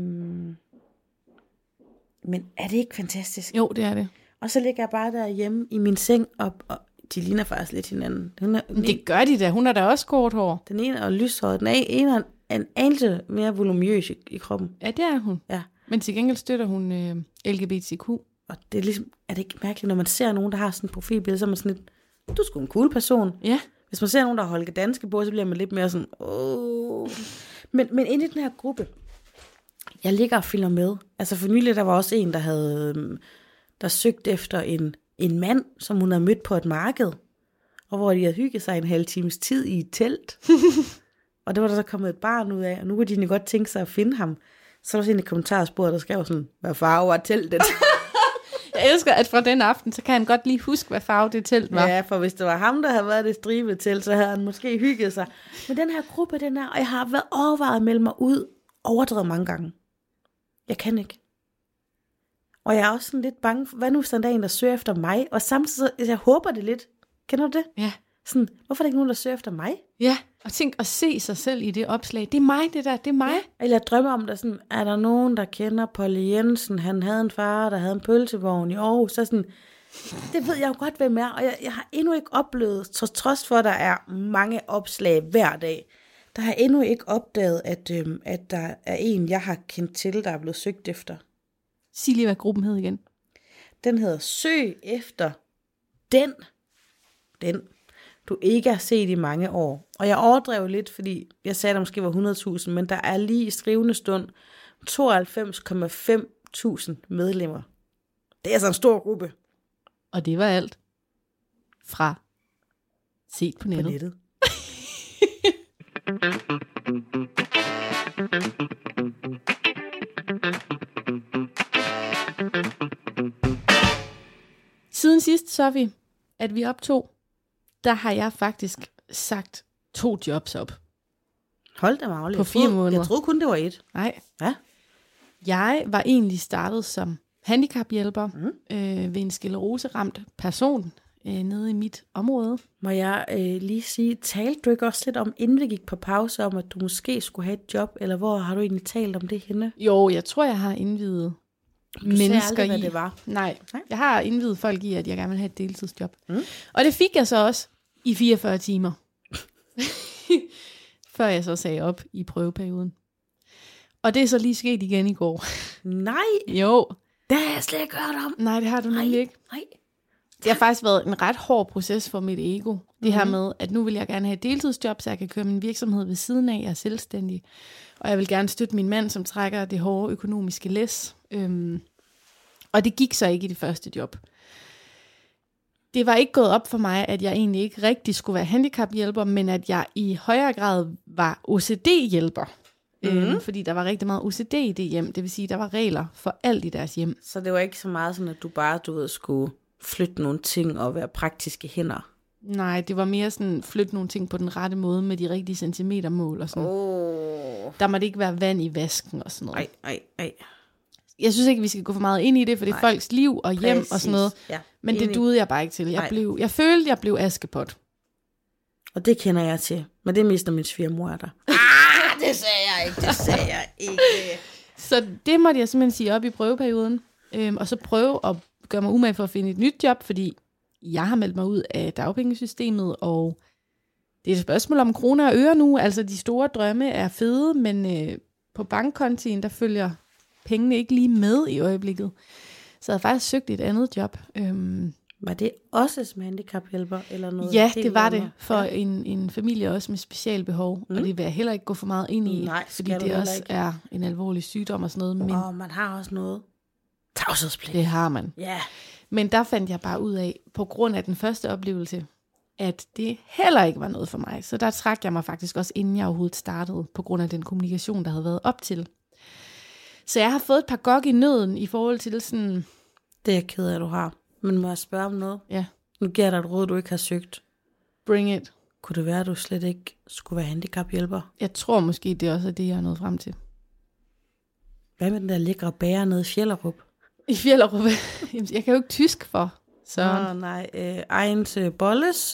Men er det ikke fantastisk? Jo, det er det. Og så ligger jeg bare derhjemme i min seng, og de ligner faktisk lidt hinanden. Det gør de da. Hun har da også kort hår. Den ene er lyshåret. Den ene er en anelse mere voluminøs i kroppen. Ja, det er hun. Ja. Men til gengæld støtter hun LGBTQ. Og det er ligesom, er det ikke mærkeligt, når man ser nogen, der har sådan et profilbillede, så er man sådan lidt, du er sgu en cool person. Ja. Hvis man ser nogen, der har Holger Danske på, så bliver man lidt mere sådan, Men inde i den her gruppe, jeg ligger og følger med. Altså for nylig, der var også en, der søgte efter en mand, som hun havde mødt på et marked, og hvor de havde hygget sig en halv times tid i et telt. Og det var der så kommet et barn ud af, og nu kunne de godt tænke sig at finde ham. Så var der sådan en kommentarspor, der skrev sådan, hvad farve var teltet? Jeg elsker, at fra den aften, så kan han godt lige huske, hvad farve det telt var. Ja, for hvis det var ham, der havde været det stribede telt, så havde han måske hygget sig. Men den her gruppe, og jeg har været overvejet at melde mig ud, overdrevet mange gange. Jeg kan ikke. Og jeg er også sådan lidt bange for, hvad nu hvis der er en, der søger efter mig? Og samtidig, jeg håber det lidt. Kender du det? Ja. Sådan, hvorfor er der ikke nogen, der søger efter mig? Ja, og tænk at se sig selv i det opslag. Det er mig, det der, det er mig. Ja. Eller jeg drømmer om, der sådan, er der nogen, der kender Polly Jensen? Han havde en far, der havde en pølsevogn i Aarhus. Så sådan, det ved jeg jo godt, hvem er. Og jeg har endnu ikke oplevet, trods for, at der er mange opslag hver dag, der har endnu ikke opdaget, at der er en, jeg har kendt til, der er blevet søgt efter. Sig lige, hvad gruppen hed igen. Den hedder Søg efter den du ikke har set i mange år. Og jeg overdrev lidt, fordi jeg sagde, at der måske var 100.000, men der er lige i skrivende stund 92,5.000 medlemmer. Det er altså en stor gruppe. Og det var alt fra set på nettet. På nettet. Siden sidst så vi, at vi optog, der har jeg faktisk sagt 2 jobs op. Hold da Magle. På 4 måneder. Jeg troede kun, det var 1. Nej. Ja. Jeg var egentlig startet som handicaphjælper ved en skleroseramt person nede i mit område. Må jeg lige sige, talte du ikke også lidt om, inden vi gik på pause, om at du måske skulle have et job, eller hvor har du egentlig talt om det henne? Jo, jeg tror, jeg har indviet mennesker aldrig, i. hvad det var. Nej, jeg har indviet folk i, at jeg gerne vil have et deltidsjob. Og det fik jeg så også i 44 timer. Før jeg så sagde op i prøveperioden. Og det er så lige sket igen i går. Nej! Jo. Det har jeg slet ikke hørt om. Nej, det har du nemlig ikke. Nej. Det har faktisk været en ret hård proces for mit ego. Det her med, at nu vil jeg gerne have et deltidsjob, så jeg kan køre min virksomhed ved siden af. Jeg er selvstændig. Og jeg vil gerne støtte min mand, som trækker det hårde økonomiske læs. Og det gik så ikke i det første job. Det var ikke gået op for mig, at jeg egentlig ikke rigtig skulle være handicaphjælper, men at jeg i højere grad var OCD-hjælper. Fordi der var rigtig meget OCD i det hjem. Det vil sige, der var regler for alt i deres hjem. Så det var ikke så meget sådan, at du bare, skulle flytte nogle ting og være praktiske hænder? Nej, det var mere sådan, flytte nogle ting på den rette måde med de rigtige centimetermål og sådan. Der måtte ikke være vand i vasken og sådan noget. Ej. Jeg synes ikke, vi skal gå for meget ind i det, for det er folks liv og hjem og sådan noget. Ja, men det duede jeg bare ikke til. Jeg følte, jeg blev Askepot. Og det kender jeg til. Men det mister min svigermor der. Det sagde jeg ikke. Så det måtte jeg simpelthen sige op i prøveperioden. Og så prøve at gøre mig umage for at finde et nyt job, fordi jeg har meldt mig ud af dagpengesystemet, og det er et spørgsmål om kroner og øre nu. Altså de store drømme er fede, men på bankkontien, der følger pengene ikke lige med i øjeblikket. Så jeg havde faktisk søgt et andet job. Var det også som handicaphjælper eller noget? Ja, det var det for en familie også med specialbehov. Og det vil jeg heller ikke gå for meget ind i, fordi det også ikke er en alvorlig sygdom og sådan noget. Men man har også noget tavshedspligt. Det har man. Ja. Yeah. Men der fandt jeg bare ud af, på grund af den første oplevelse, at det heller ikke var noget for mig. Så der trak jeg mig faktisk også, inden jeg overhovedet startede, på grund af den kommunikation, der havde været op til. Så jeg har fået et par gok i nøden i forhold til sådan... Det er jeg ked af, at du har. Men må jeg spørge om noget? Ja. Nu giver dig et råd, du ikke har søgt. Bring it. Kunne det være, at du slet ikke skulle være handicaphjælper? Jeg tror måske, det også er det, jeg er nået frem til. Hvad med den der lækre bager nede i Fjellerup? I Fjellerup? Jeg kan jo ikke tysk for. Så. Nej, Ejens Bolles.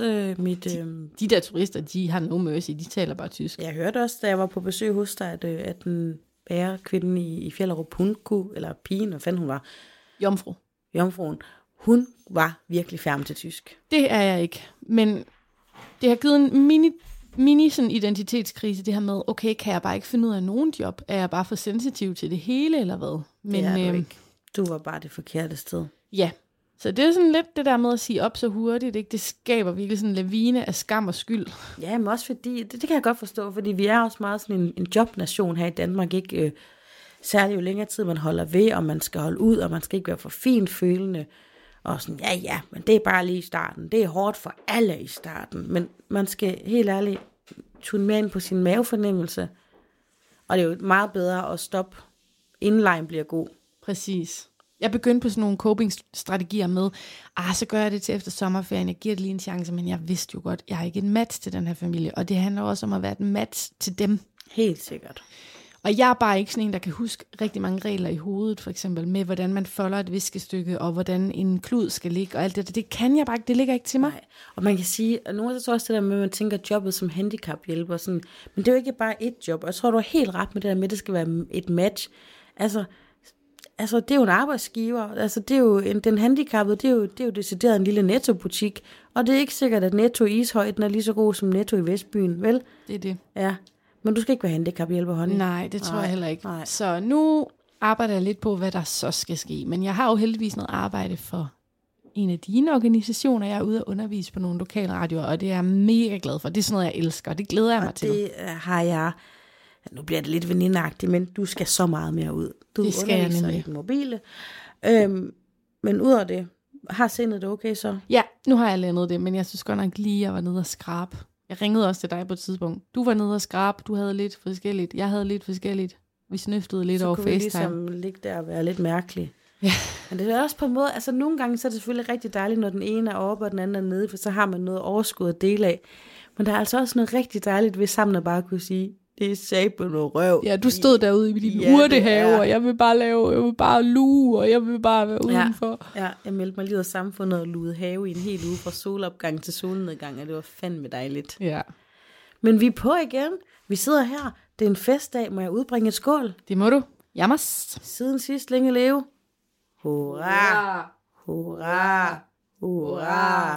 De der turister, de har no mercy, de taler bare tysk. Jeg hørte også, da jeg var på besøg hos dig, at den bærerkvinden i Fjellerup, hun kunne, eller pigen, hvad fanden hun var? Jomfruen. Hun var virkelig færm til tysk. Det er jeg ikke, men det har givet en mini sådan identitetskrise, det her med, okay, kan jeg bare ikke finde ud af nogen job? Er jeg bare for sensitiv til det hele, eller hvad? Men, det er du ikke. Du var bare det forkerte sted. Ja, så det er sådan lidt det der med at sige op så hurtigt, ikke? Det skaber virkelig sådan en lavine af skam og skyld. Ja, men også fordi, det kan jeg godt forstå, fordi vi er også meget sådan en jobnation her i Danmark, ikke? Særligt jo længere tid man holder ved, og man skal holde ud, og man skal ikke være for finfølende. Og sådan, ja, men det er bare lige i starten. Det er hårdt for alle i starten. Men man skal helt ærligt tune med ind på sin mavefornemmelse. Og det er jo meget bedre at stoppe, inden lejen bliver god. Præcis. Jeg begyndte på sådan nogle coping-strategier med, så gør jeg det til efter sommerferien, jeg giver det lige en chance, men jeg vidste jo godt, jeg er ikke en match til den her familie. Og det handler også om at være et match til dem. Helt sikkert. Og jeg er bare ikke sådan en, der kan huske rigtig mange regler i hovedet, for eksempel med, hvordan man folder et viskestykke, og hvordan en klud skal ligge, og alt det. Det kan jeg bare ikke, det ligger ikke til mig. Nej. Og man kan sige, og nogle af det også det der med, at man tænker jobbet som handicaphjælper, sådan, men det er jo ikke bare et job, og jeg tror, du har helt ret med det der med, at det skal være et match. Altså, det er jo en arbejdsgiver, altså det er jo den handicappede, det er jo decideret en lille Netto-butik, og det er ikke sikkert, at Netto i Ishøj, den er lige så god som Netto i Vestbyen, vel? Det er det. Ja. Men du skal ikke være handicaphjælper, Honey. Nej, det tror jeg heller ikke. Nej. Så nu arbejder jeg lidt på, hvad der så skal ske. Men jeg har jo heldigvis noget arbejde for en af dine organisationer. Jeg er ude at undervise på nogle lokalradioer, og det er jeg mega glad for. Det er sådan noget, jeg elsker, og det glæder jeg mig til. Det har jeg... Nu bliver det lidt venindagtigt, men du skal så meget mere ud. Du det skal underviser i den mobile. Men ud af det, har sindet det okay så? Ja, nu har jeg landet det, men jeg synes godt nok lige, jeg var nede og skrabe. Jeg ringede også til dig på et tidspunkt. Du var nede og skrabe, du havde lidt forskelligt, jeg havde lidt forskelligt. Vi snøftede lidt over FaceTime. Så kunne vi ligesom ligge der og være lidt mærkelig. Ja. Men det er også på en måde, altså nogle gange så er det selvfølgelig rigtig dejligt, når den ene er oppe og den anden er nede, for så har man noget overskud at dele af. Men der er altså også noget rigtig dejligt ved sammen at bare kunne sige, det er sabe noget røv. Ja, du stod derude i din urtehave, og jeg vil bare luge, og jeg vil bare være udenfor. Ja, jeg meldte mig lige ud af samfundet og lugede have i en hel uge fra solopgang til solnedgang, og det var fandme dejligt. Ja. Men vi er på igen. Vi sidder her. Det er en festdag. Må jeg udbringe et skål? Det må du. Jammers. Siden sidst længe leve. Hurra! Hurra! Hurra!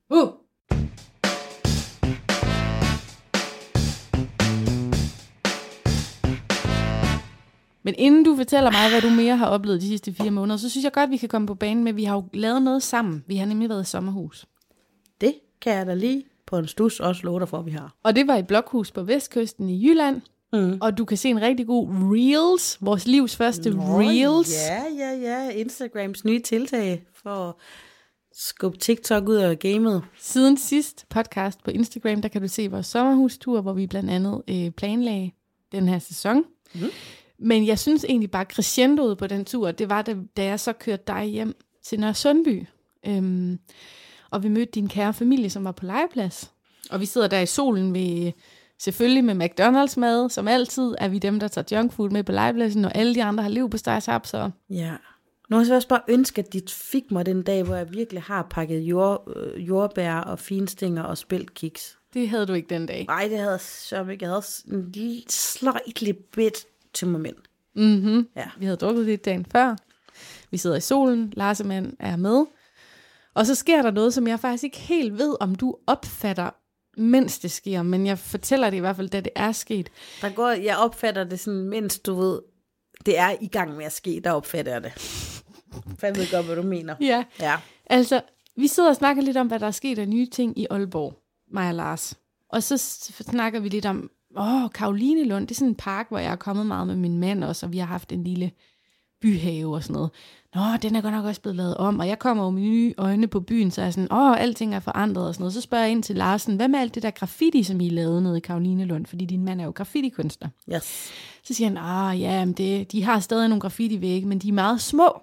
Men inden du fortæller mig, hvad du mere har oplevet de sidste 4 måneder, så synes jeg godt, vi kan komme på banen med, at vi har jo lavet noget sammen. Vi har nemlig været i sommerhus. Det kan jeg da lige på en stus også love dig for, vi har. Og det var et blokhus på Vestkysten i Jylland. Og du kan se en rigtig god Reels, vores livs første Reels. Ja. Instagrams nye tiltag for at skubbe TikTok ud af gamet. Siden sidst podcast på Instagram, der kan du se vores sommerhustur, hvor vi blandt andet planlagde den her sæson. Men jeg synes egentlig bare, crescendoet på den tur, det var, da jeg så kørte dig hjem til Nørresundby. Og vi mødte din kære familie, som var på legeplads. Og vi sidder der i solen ved, selvfølgelig med McDonald's mad. Som altid er vi dem, der tager junkfood med på legepladsen, og alle de andre har leverpostejsapser. Ja. Nu har jeg også bare ønsket, at de fik mig den dag, hvor jeg virkelig har pakket jordbær og finstænger og spæltkiks. Det havde du ikke den dag. Nej, det havde jeg så ikke. Jeg havde en lille slightly bit tømmermænd. Ja. Vi havde drukket lidt dagen før. Vi sidder i solen. Larsemann er med. Og så sker der noget, som jeg faktisk ikke helt ved, om du opfatter, mens det sker. Men jeg fortæller det i hvert fald, da det er sket. Jeg opfatter det sådan, mens du ved, det er i gang med at ske, der opfatter jeg det. Jeg ved godt, hvad du mener. Ja. Altså, vi sidder og snakker lidt om, hvad der er sket af nye ting i Aalborg, mig og Lars. Og så snakker vi lidt om, Karolinelund, det er sådan en park, hvor jeg er kommet meget med min mand også, og vi har haft en lille byhave og sådan noget. Den er godt nok også blevet lavet om, og jeg kommer jo med nye øjne på byen, så er jeg sådan, alting er forandret og sådan noget. Så spørger jeg ind til Larsen, hvad med alt det der graffiti, som I lavede nede i Karolinelund? Fordi din mand er jo graffiti-kunstner. Yes. Så siger han, de har stadig nogle graffiti-vægge, men de er meget små.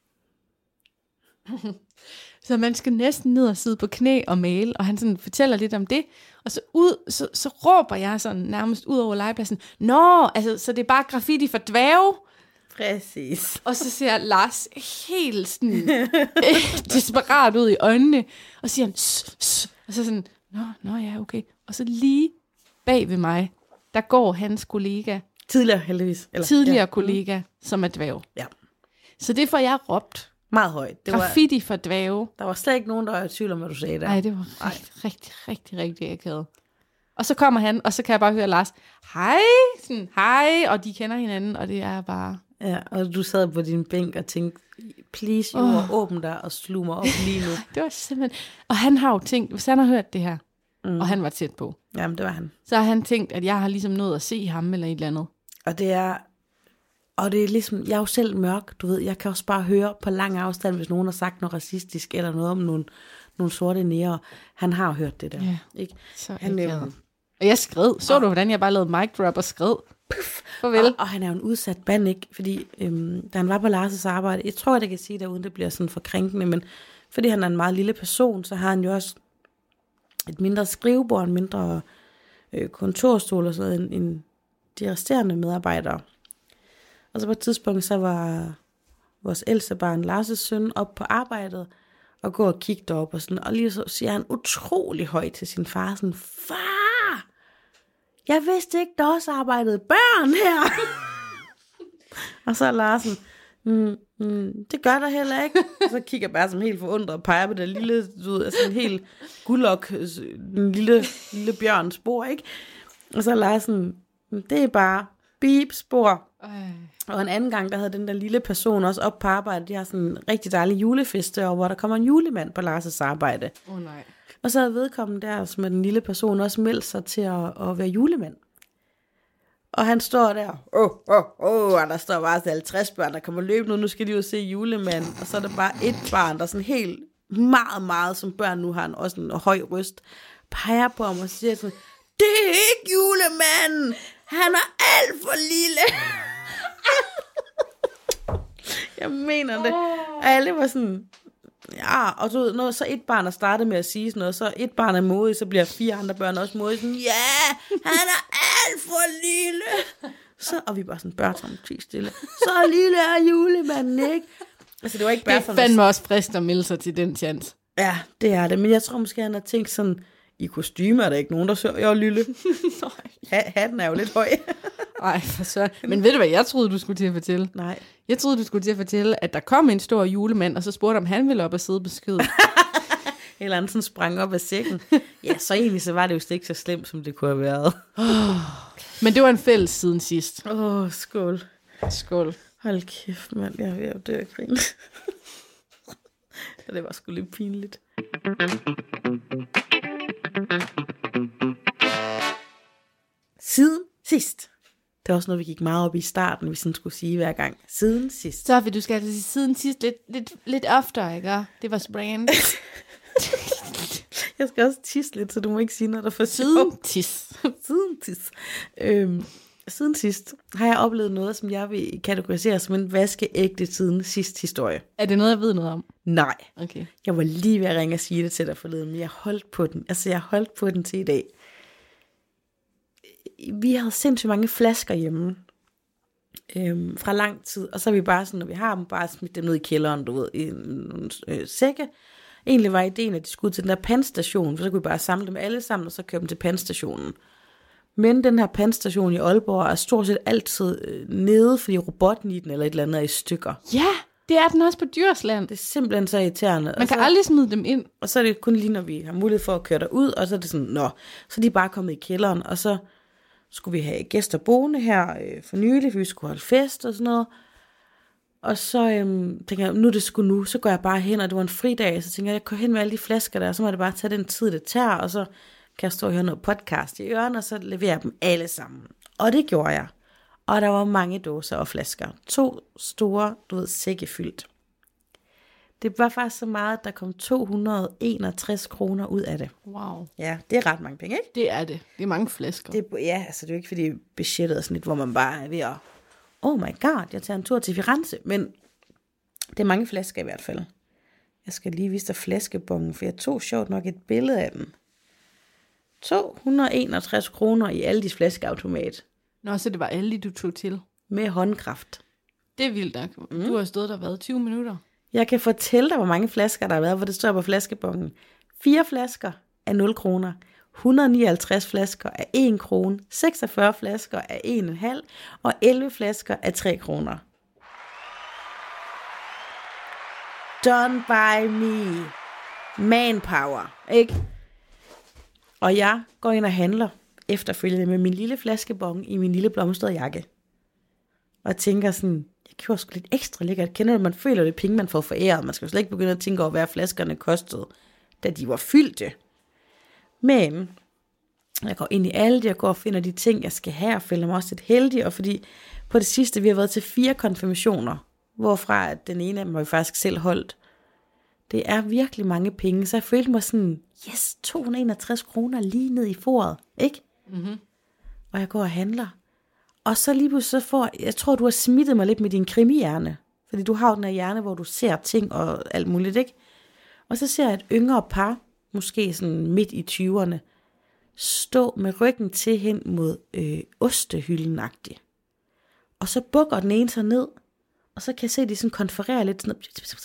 Så man skal næsten ned og sidde på knæ og male, og han sådan fortæller lidt om det. Og så råber jeg sådan nærmest ud over legepladsen, så det er bare graffiti for dværge. Præcis. Og så ser Lars helt sådan desperat ud i øjnene, og siger han, og så sådan, ja, okay. Og så lige bag ved mig, der går hans kollega. Tidligere heldigvis. Kollega, som er dværg. Ja. Så det får jeg råbt. Meget højt. Graffiti for dværge. Der var slet ikke nogen, der var i tvivl om, hvad du sagde der. Nej, det var rigtig akavet. Og så kommer han, og så kan jeg bare høre Lars, hej, og de kender hinanden, og det er bare... Ja, og du sad på din bænk og tænkte, please, åbn dig og slug mig op lige nu. Det var simpelthen... Og han har jo tænkt, hvis han har hørt det her, og han var tæt på. Jamen, det var han. Så har han tænkt, at jeg har ligesom nået at se ham eller et eller andet. Og det er ligesom, jeg er jo selv mørk, du ved, jeg kan også bare høre på lang afstand, hvis nogen har sagt noget racistisk, eller noget om nogle sorte nære. Han har hørt det der. Ja, ikke? Så han og jeg skred. Så du, hvordan jeg bare lavede mic drop og skred? Puff, farvel. Og han er jo en udsat band, ikke? Fordi da han var på Lars' arbejde, jeg tror, jeg kan sige det, uden det bliver sådan for krænkende, men fordi han er en meget lille person, så har han jo også et mindre skrivebord, en mindre kontorstol og sådan noget, end de resterende medarbejdere. Og så på et tidspunkt, så var vores ældste barn, Lars' søn, op på arbejdet, og går og kigger derop og sådan, og lige så siger han utrolig højt til sin far, sådan, far, jeg vidste ikke, der også arbejdede børn her. Og så er Larsen, det gør der heller ikke. Og så kigger jeg bare som helt forundret og peger på det lille, altså en helt guldlok, en lille bjørnspor, ikke? Og så er Larsen, det er bare beep-spor. Og en anden gang, der havde den der lille person også op på arbejde, de har sådan en rigtig dejlig julefest, hvor der kommer en julemand på Lars' arbejde. Nej. Og så havde vedkommende der, som er den lille person, også meldt sig til at være julemand. Og han står der, og der står bare 50 børn, der kommer løbende ud, nu skal de jo se julemand. Og så er der bare et barn, der sådan helt meget, meget, som børn nu har, også en høj røst, peger på ham og siger sådan, det er ikke julemanden, han er alt for lille. Jeg mener det. Og alle var sådan, ja, og så, når så et barn er startet med at sige sådan noget, så et barn er modig, så bliver 4 andre børn også modige, sådan, ja, han er alt for lille. Så, og vi bare sådan, Bertram, tig stille. Så lille er julemanden, ikke? Altså, det var ikke bare det fandme også frist at melde sig til den chance. Ja, det er det, men jeg tror måske, han har tænkt sådan, i kostymer er der ikke nogen, der siger, jeg er lille. Hatten er jo lidt høj. Ej, for så. Men ved du hvad, jeg troede, du skulle til at fortælle? Nej. Jeg troede, du skulle til at fortælle, at der kom en stor julemand, og så spurgte, om han ville op og sidde på skødet. Eller andet sådan sprang op af sækken. Ja, så egentlig så var det jo slet ikke så slemt, som det kunne have været. Men det var en fælles siden sidst. Skål. Skål. Hold kæft, mand. Jeg er ved at dø af grin. Ja, det var sgu lidt pinligt. Siden sidst. Det var også noget, vi gik meget op i starten, vi sådan skulle sige hver gang. Siden sidst. Sofie, du skal altså sige siden sidst lidt oftere, ikke? Det var brand. Jeg skal også tisse lidt, så du må ikke sige noget, der for Siden tis. Siden tis. Siden sidst har jeg oplevet noget, som jeg vil kategorisere som en vaskeægte siden sidst historie. Er det noget, jeg ved noget om? Nej. Okay. Jeg var lige ved at ringe og sige det til dig forleden, men jeg holdt på den. Altså, jeg holdt på den til i dag. Vi havde sindssygt mange flasker hjemme fra lang tid, og så er vi bare sådan, når vi har dem, bare smidt dem ned i kælderen, du ved, i nogle sække. Egentlig var ideen, at de skulle til den der pantstation, for så kunne vi bare samle dem alle sammen, og så køre dem til pantstationen. Men den her pantstation i Aalborg er stort set altid nede, fordi robotten i den eller et eller andet er i stykker. Ja, det er den også på Djursland. Det er simpelthen så irriterende. Man kan aldrig smide dem ind. Og så er det kun lige, når vi har mulighed for at køre derud, og så er det sådan, så er de bare kommet i kælderen, og så skulle vi have gæster boende her for nylig, for vi skulle holde fest og sådan noget. Og så tænker jeg, nu er det sgu nu, så går jeg bare hen, og det var en fridag, så tænker jeg går hen med alle de flasker der, og så må det bare tage den tid, det tager, og så kan jeg stå og høre noget podcast i ørerne, og så leverer jeg dem alle sammen. Og det gjorde jeg. Og der var mange dåser og flasker. 2 store, sække fyldt. Det var faktisk så meget, at der kom 261 kroner ud af det. Wow. Ja, det er ret mange penge, ikke? Det er det. Det er mange flasker. Det er jo ikke fordi budgettet er sådan lidt, hvor man bare er ved at, oh my god, jeg tager en tur til Firenze. Men det er mange flasker i hvert fald. Jeg skal lige vise dig flaskebongen, for jeg tog sjovt nok et billede af den. 261 kroner i alle de flaskeautomat. Nå, så det var alle, du tog til. Med håndkraft. Det er vildt nok. Du har stået der 20 minutter. Jeg kan fortælle dig, hvor mange flasker der har været, hvor det står på flaskebongen. 4 flasker er 0 kroner. 159 flasker er 1 krone. 46 flasker er 1,5. Og 11 flasker er 3 kroner. Done by me. Manpower, ikke? Og jeg går ind og handler efterfølgende med min lille flaskebon i min lille blomstrede jakke. Og tænker sådan, jeg køber sgu lidt ekstra lækkert. Kender du, man føler det penge, man får foræret. Man skal jo slet ikke begynde at tænke over, hvad flaskerne kostede, da de var fyldte. Men jeg går ind i alt, jeg går og finder de ting, jeg skal have, og føler mig også lidt heldig. Og fordi på det sidste, vi har været til 4 konfirmationer, hvorfra den ene af dem har vi faktisk selv holdt. Det er virkelig mange penge, så jeg følte mig sådan, yes, 261 kroner lige ned i foret, ikke? Mm-hmm. Og jeg går og handler. Og så lige pludselig jeg tror, du har smittet mig lidt med din krimihjerne. Fordi du har den her hjerne, hvor du ser ting og alt muligt, ikke? Og så ser jeg et yngre par, måske sådan midt i 20'erne, stå med ryggen til hen mod ostehylden-agtigt. Og så bukker den ene sig ned, og så kan jeg se, at de sådan konfererer lidt sådan,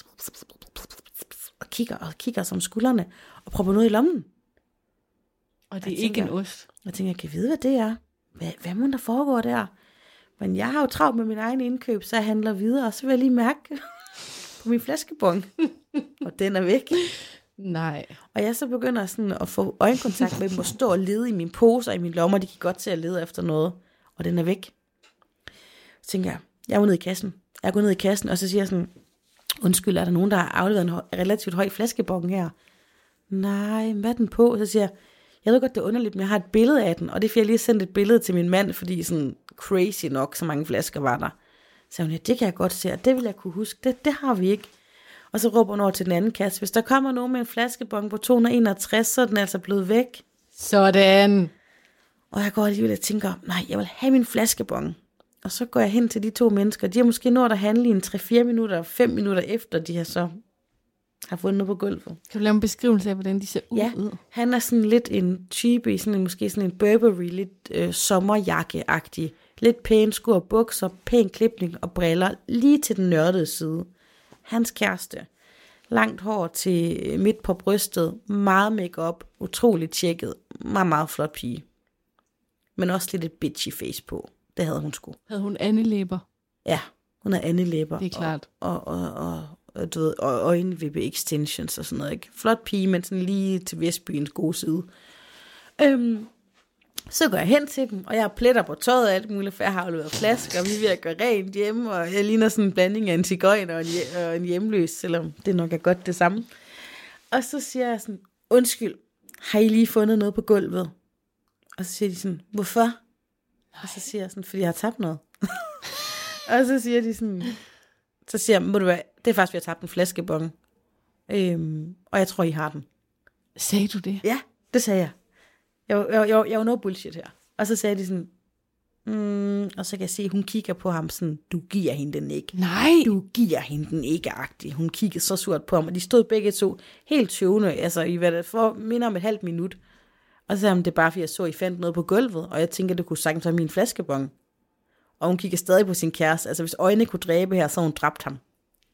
og kigger som skuldrene, og propper noget i lommen. Og det er ikke en ost. Jeg tænker, jeg kan vide, hvad det er. Hvad må der foregår der? Men jeg har jo travlt med min egen indkøb, så jeg handler videre, og så vil jeg lige mærke på min flaskebon, og den er væk. Nej. Og jeg så begynder sådan at få øjenkontakt med dem, og stå og lede i min pose og i mine lommer, de kan godt til at lede efter noget, og den er væk. Så tænker jeg går ned i kassen. Jeg går ned i kassen, og så siger jeg sådan, undskyld, er der nogen, der har afleveret en relativt høj flaskebon her? Nej, hvad er den på? Så siger jeg ved godt, det er underligt, men jeg har et billede af den, og det fik jeg lige sendt et billede til min mand, fordi sådan crazy nok, så mange flasker var der. Så hun, ja, det kan jeg godt se, og det vil jeg kunne huske, det har vi ikke. Og så råber hun over til den anden kasse, hvis der kommer nogen med en flaskebon på 261, så er den altså blevet væk. Sådan. Og jeg går alligevel og tænker, nej, jeg vil have min flaskebon. Og så går jeg hen til de 2 mennesker, de har måske nået at handle i en 3-4 minutter, 5 minutter efter, de har fundet noget på gulvet. Kan du lave en beskrivelse af, hvordan de ser ud? Ja, han er sådan lidt en type i måske sådan en Burberry, lidt sommerjakke-agtig. Lidt pæne sko og bukser, pæn klipning og briller, lige til den nørdede side. Hans kæreste. Langt hår til midt på brystet, meget makeup, utroligt tjekket, meget, meget flot pige. Men også lidt et bitchy face på. Det havde hun sgu. Havde hun andelæber? Ja, hun havde andelæber. Det er klart. Og du ved, og øjenvippe extensions og sådan noget, ikke? Flot pige, men sådan lige til Vestbyens gode side. Så går jeg hen til dem, og jeg pletter på tøjet og alt muligt, for jeg har afleveret flasker, og vi er ved at gøre rent hjemme, og jeg ligner sådan en blanding af en cigøjner og en hjemløs, selvom det nok er godt det samme. Og så siger jeg sådan, undskyld, har I lige fundet noget på gulvet? Og så siger de sådan, hvorfor? Og så siger jeg sådan, fordi jeg har tabt noget. Og så siger de sådan, så siger jeg, må du være, det er faktisk, vi har tabt en flaskebong. Og jeg tror, I har den. Sagde du det? Ja, det sagde jeg. Jeg var no bullshit her. Og så sagde de sådan, og så kan jeg se, hun kigger på ham sådan, du giver hende den ikke. Nej. Du giver hende den ikke-agtig. Hun kiggede så surt på ham, og de stod begge to helt tøvende, altså i hvad det for minder om et halvt minut. Og så sagde han, det er bare, fordi jeg så, I fandt noget på gulvet, og jeg tænker, det kunne sagtens være min flaskebong. Og hun kigger stadig på sin kæreste. Altså hvis øjnene kunne dræbe her, så hun dræbt ham.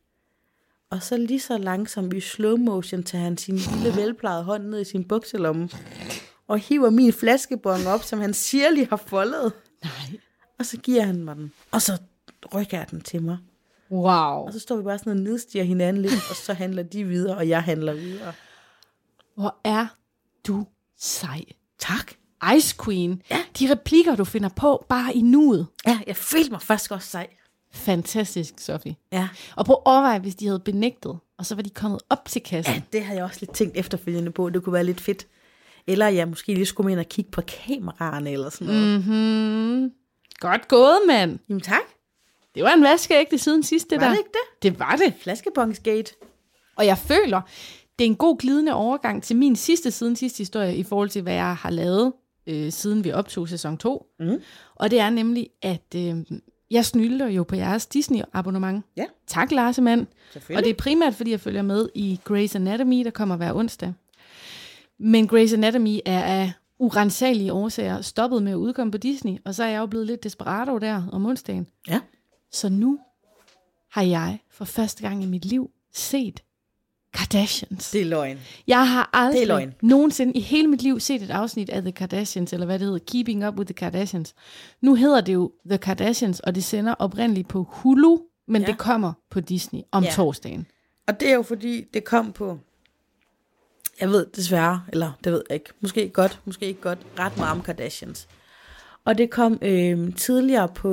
Og så lige så langsomt i slow motion tager han sin lille velplejede hånd ned i sin bukselomme, og hiver min flaskebong op, som han sirligt har foldet. Nej. Og så giver han mig den. Og så rykker jeg den til mig. Wow. Og så står vi bare sådan og nedstiger hinanden lidt, og så handler de videre, og jeg handler videre. Hvor er du sej. Tak. Ice Queen. Ja. De replikker, du finder på, bare i nuet. Ja, jeg følte mig faktisk også sej. Fantastisk, Sofie. Ja. Og på overvej, hvis de havde benægtet, og så var de kommet op til kassen. Ja, det havde jeg også lidt tænkt efterfølgende på. Det kunne være lidt fedt. Eller jeg måske lige skulle ind og kigge på kameraerne eller sådan noget. Mhm. Godt gået, mand. Jamen tak. Det var en vaskeægte siden sidst, det Var der. det ikke det? Det var det. Flaskebongsgate. Og jeg føler, det er en god glidende overgang til min siden sidste historie, i forhold til, hvad jeg har lavet, siden vi optog sæson 2. Mm. Og det er nemlig, at jeg snylder jo på jeres Disney-abonnement. Ja. Tak, Larsemand. Selvfølgelig. Og det er primært, fordi jeg følger med i Grey's Anatomy, der kommer hver onsdag. Men Grey's Anatomy er af urensagelige årsager stoppet med at udkomme på Disney, og så er jeg jo blevet lidt desperado der om onsdagen. Ja. Så nu har jeg for første gang i mit liv set Kardashians. Det er løgn. Jeg har Det er aldrig løgn. nogensinde i hele mit liv set et afsnit af The Kardashians, eller hvad det hedder, Keeping Up with the Kardashians. Nu hedder det jo The Kardashians, og det sender oprindeligt på Hulu, men det kommer på Disney om torsdagen. Og det er jo fordi, det kom på, jeg ved desværre, eller det ved jeg ikke, måske godt, måske ikke godt, ret meget om Kardashians. Og det kom tidligere på,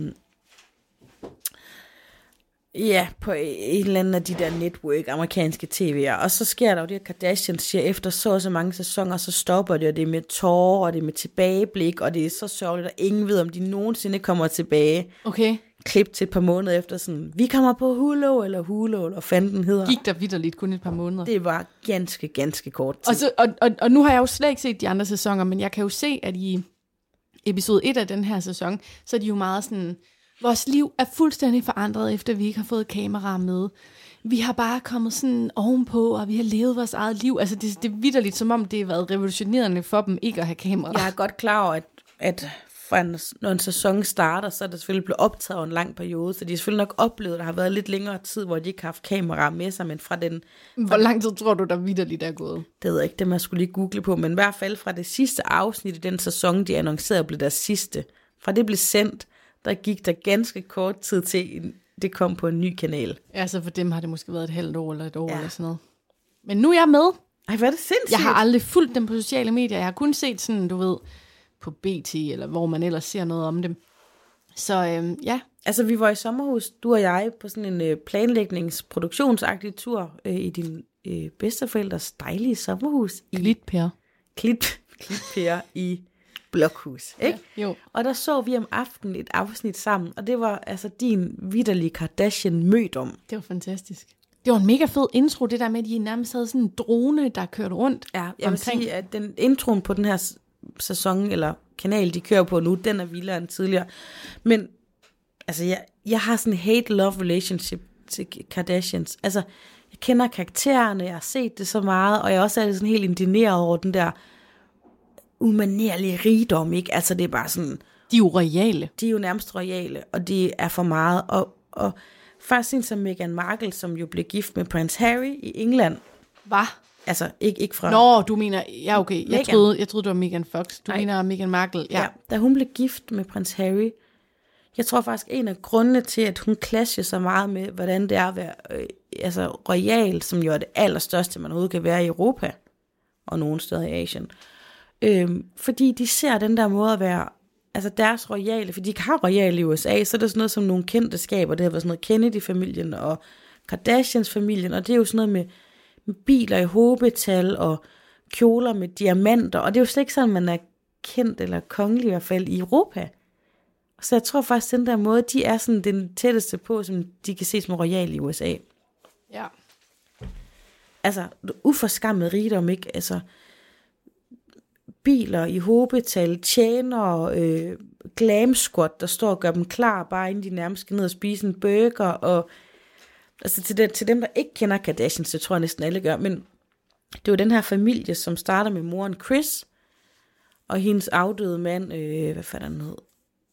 på et eller andet af de der network, amerikanske tv'er. Og så sker der jo det, at Kardashians siger, efter så mange sæsoner, så stopper det, og det er med tårer, og det er med tilbageblik, og det er så sørgeligt, og ingen ved, om de nogensinde kommer tilbage. Okay. Klip til et par måneder efter, sådan, vi kommer på Hulu, eller fanden hedder. Gik der vitterligt kun et par måneder. Det var ganske kort tid. Og nu har jeg jo slet ikke set de andre sæsoner, men jeg kan jo se, at i episode 1 af den her sæson, så er de jo meget sådan, vores liv er fuldstændig forandret, efter vi ikke har fået kameraer med. Vi har bare kommet sådan ovenpå, og vi har levet vores eget liv. Altså det er vitterligt, som om det har været revolutionerende for dem ikke at have kameraer. Jeg er godt klar over, at når en sæson starter, så er det selvfølgelig blevet optaget over en lang periode, så de har selvfølgelig nok oplevet, at der har været lidt længere tid, hvor de ikke har haft kameraer med sig, men fra den... Hvor lang tid tror du, der vitterligt er gået? Det ved jeg ikke, det man skulle lige google på, men i hvert fald fra det sidste afsnit i den sæson, de annoncerede, blev deres sidste. Fra det blev sendt, der gik der ganske kort tid til, det kom på en ny kanal. Ja, så for dem har det måske været et halvt år eller et år eller sådan noget. Men nu er jeg med. Ej, hvad er det sindssygt? Jeg har aldrig fulgt dem på sociale medier. Jeg har kun set sådan, du ved, på BT, eller hvor man ellers ser noget om dem. Så ja. Altså, vi var i sommerhus, du og jeg, på sådan en planlægningsproduktionsagtig tur i din bedsteforældres dejlige sommerhus. Klitpær i Blokhus, ikke? Ja, jo. Og der så vi om aftenen et afsnit sammen, og det var altså din vitterlige Kardashian-mødom. Det var fantastisk. Det var en mega fed intro, det der med, at de nærmest havde sådan en drone, der kørte rundt. Ja, jeg vil sige, at den introen på den her sæson, eller kanal, de kører på nu, den er vildere end tidligere. Men altså, jeg har sådan en hate-love relationship til Kardashians. Altså, jeg kender karaktererne, jeg har set det så meget, og jeg også er sådan helt indigneret over den der umanerlige rigdom, ikke? Altså, det er bare sådan... De er jo royale. De er jo nærmest royale, og det er for meget. Og faktisk en som Meghan Markle, som jo blev gift med Prince Harry i England. Hvad? Altså, ikke fra... Nå, du mener... Ja, okay. Jeg troede, det var Meghan Fox. Du mener Meghan Markle. Ja, da hun blev gift med Prins Harry, jeg tror faktisk, en af grundene til, at hun clasher så meget med, hvordan det er at være royal, som jo er det allerstørste, man overhovedet kan være i Europa, og nogle steder i Asien. Fordi de ser den der måde at være, altså deres royale, for de ikke har royale i USA, så er det sådan noget som nogle kendte skaber, det har været sådan noget Kennedy-familien og Kardashians-familien, og det er jo sådan noget med biler i hobetal og kjoler med diamanter, og det er jo slet ikke sådan, man er kendt eller kongelig i hvert fald i Europa. Så jeg tror faktisk, den der måde, de er sådan den tætteste på, som de kan ses med royal i USA. Ja. Altså, uforskammet rigdom, ikke? Altså, biler i hobetal, tjenere, glam squad, der står og gør dem klar, bare inden de nærmest skal ned og spise en burger, og altså til dem, der ikke kender Kardashians, det tror jeg næsten alle gør, men det er jo den her familie, som starter med moren Kris, og hendes afdøde mand, hvad fanden han hed?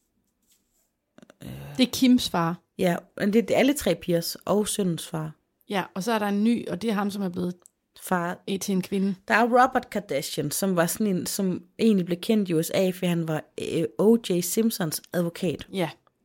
Det er Kims far. Ja, men det er alle 3 pigers og sønnens far. Ja, og så er der en ny, og det er ham, som er blevet Far. til en kvinde. Der er Robert Kardashian, som var sådan en, som egentlig blev kendt i USA, for han var O.J. Simpsons advokat. Ja.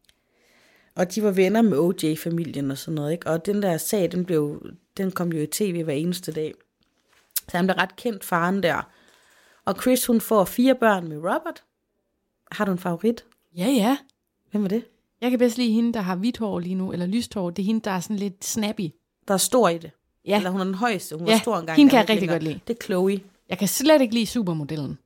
Og de var venner med O.J.-familien og sådan noget, ikke? Og den der sag, den kom jo i tv hver eneste dag. Så han blev ret kendt, faren der. Og Kris, hun får 4 børn med Robert. Har du en favorit? Ja. Hvem er det? Jeg kan bedst lide hende, der har hvidt hår lige nu, eller lyst hår. Det er hende, der er sådan lidt snappy. Der er stor i det. Ja. Eller hun er den højeste. Hun var stor engang. Hende kan jeg rigtig godt lide. Det er Chloe. Jeg kan slet ikke lide supermodellen.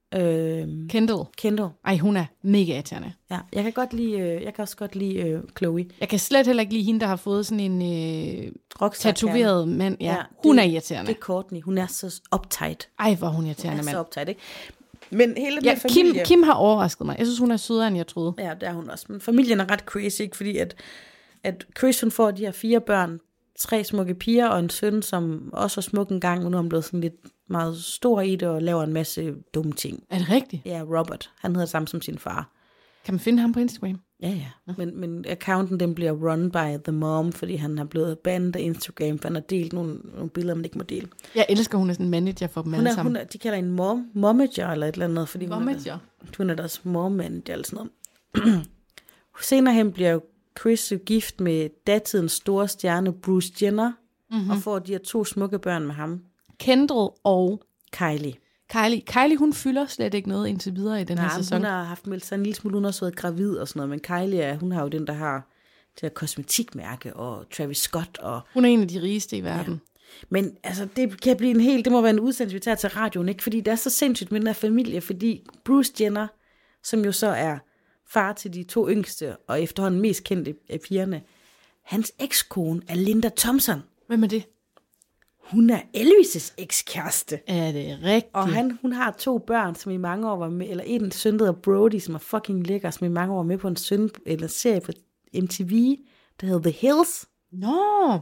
Kendall. Ej, hun er mega irriterende. Ja, jeg kan også godt lide Chloe. Jeg kan slet heller ikke lide hende, der har fået sådan en tatoveret mand. Ja, hun er irriterende. Det er Courtney. Hun er så uptight. Ej, hvor hun irriterende mand. Hun er så uptight, ikke? Men hele den familie... Kim har overrasket mig. Jeg synes, hun er sødere, end jeg troede. Ja, det er hun også. Men familien er ret crazy, ikke? Fordi at Kris, hun får de her 4 børn, 3 smukke piger og en søn, som også var smuk en gang, men nu er han blevet sådan lidt meget stor i det og laver en masse dumme ting. Er det rigtigt? Ja, Robert. Han hedder samme som sin far. Kan man finde ham på Instagram? Ja. Men accounten, den bliver run by the mom, fordi han har blevet bandet af Instagram, for han har delt nogle billeder, man ikke må dele. Jeg elsker, hun er sådan en manager for dem alle sammen. De kalder en momager eller et eller andet, fordi hun er deres mom-manager eller sådan noget. Senere hen bliver jo Kris gift med datidens store stjerne Bruce Jenner, og får de her 2 smukke børn med ham. Kendall og Kylie. Kylie, hun fylder slet ikke noget indtil videre i den her sæson. Hun har haft meldt sig en lille smule, hun har også været gravid og sådan noget, men Kylie, hun har jo den, der har det her kosmetikmærke, og Travis Scott. Og hun er en af de rigeste i verden. Ja. Men altså, det må være en udsendelse, vi tager til radioen, ikke? Fordi det er så sindssygt med den her familie, fordi Bruce Jenner, som jo så er far til de 2 yngste, og efterhånden mest kendte af pigerne, hans ekskone er Linda Thompson. Hvem er det? Hun er Elvis' ekskæreste. Er det rigtigt? Og hun har 2 børn, som i mange år var med, eller en søn, der hedder Brody, som er fucking lækker, som i mange år var med på en serie på MTV, der hedder The Hills. Nå!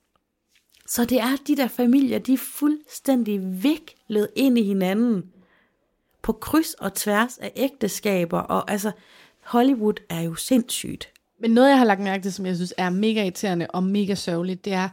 Så det er de der familier, de er fuldstændig viklet ind i hinanden, på kryds og tværs af ægteskaber, og altså, Hollywood er jo sindssygt. Men noget, jeg har lagt mærke til, som jeg synes er mega irriterende og mega sørgeligt, det er,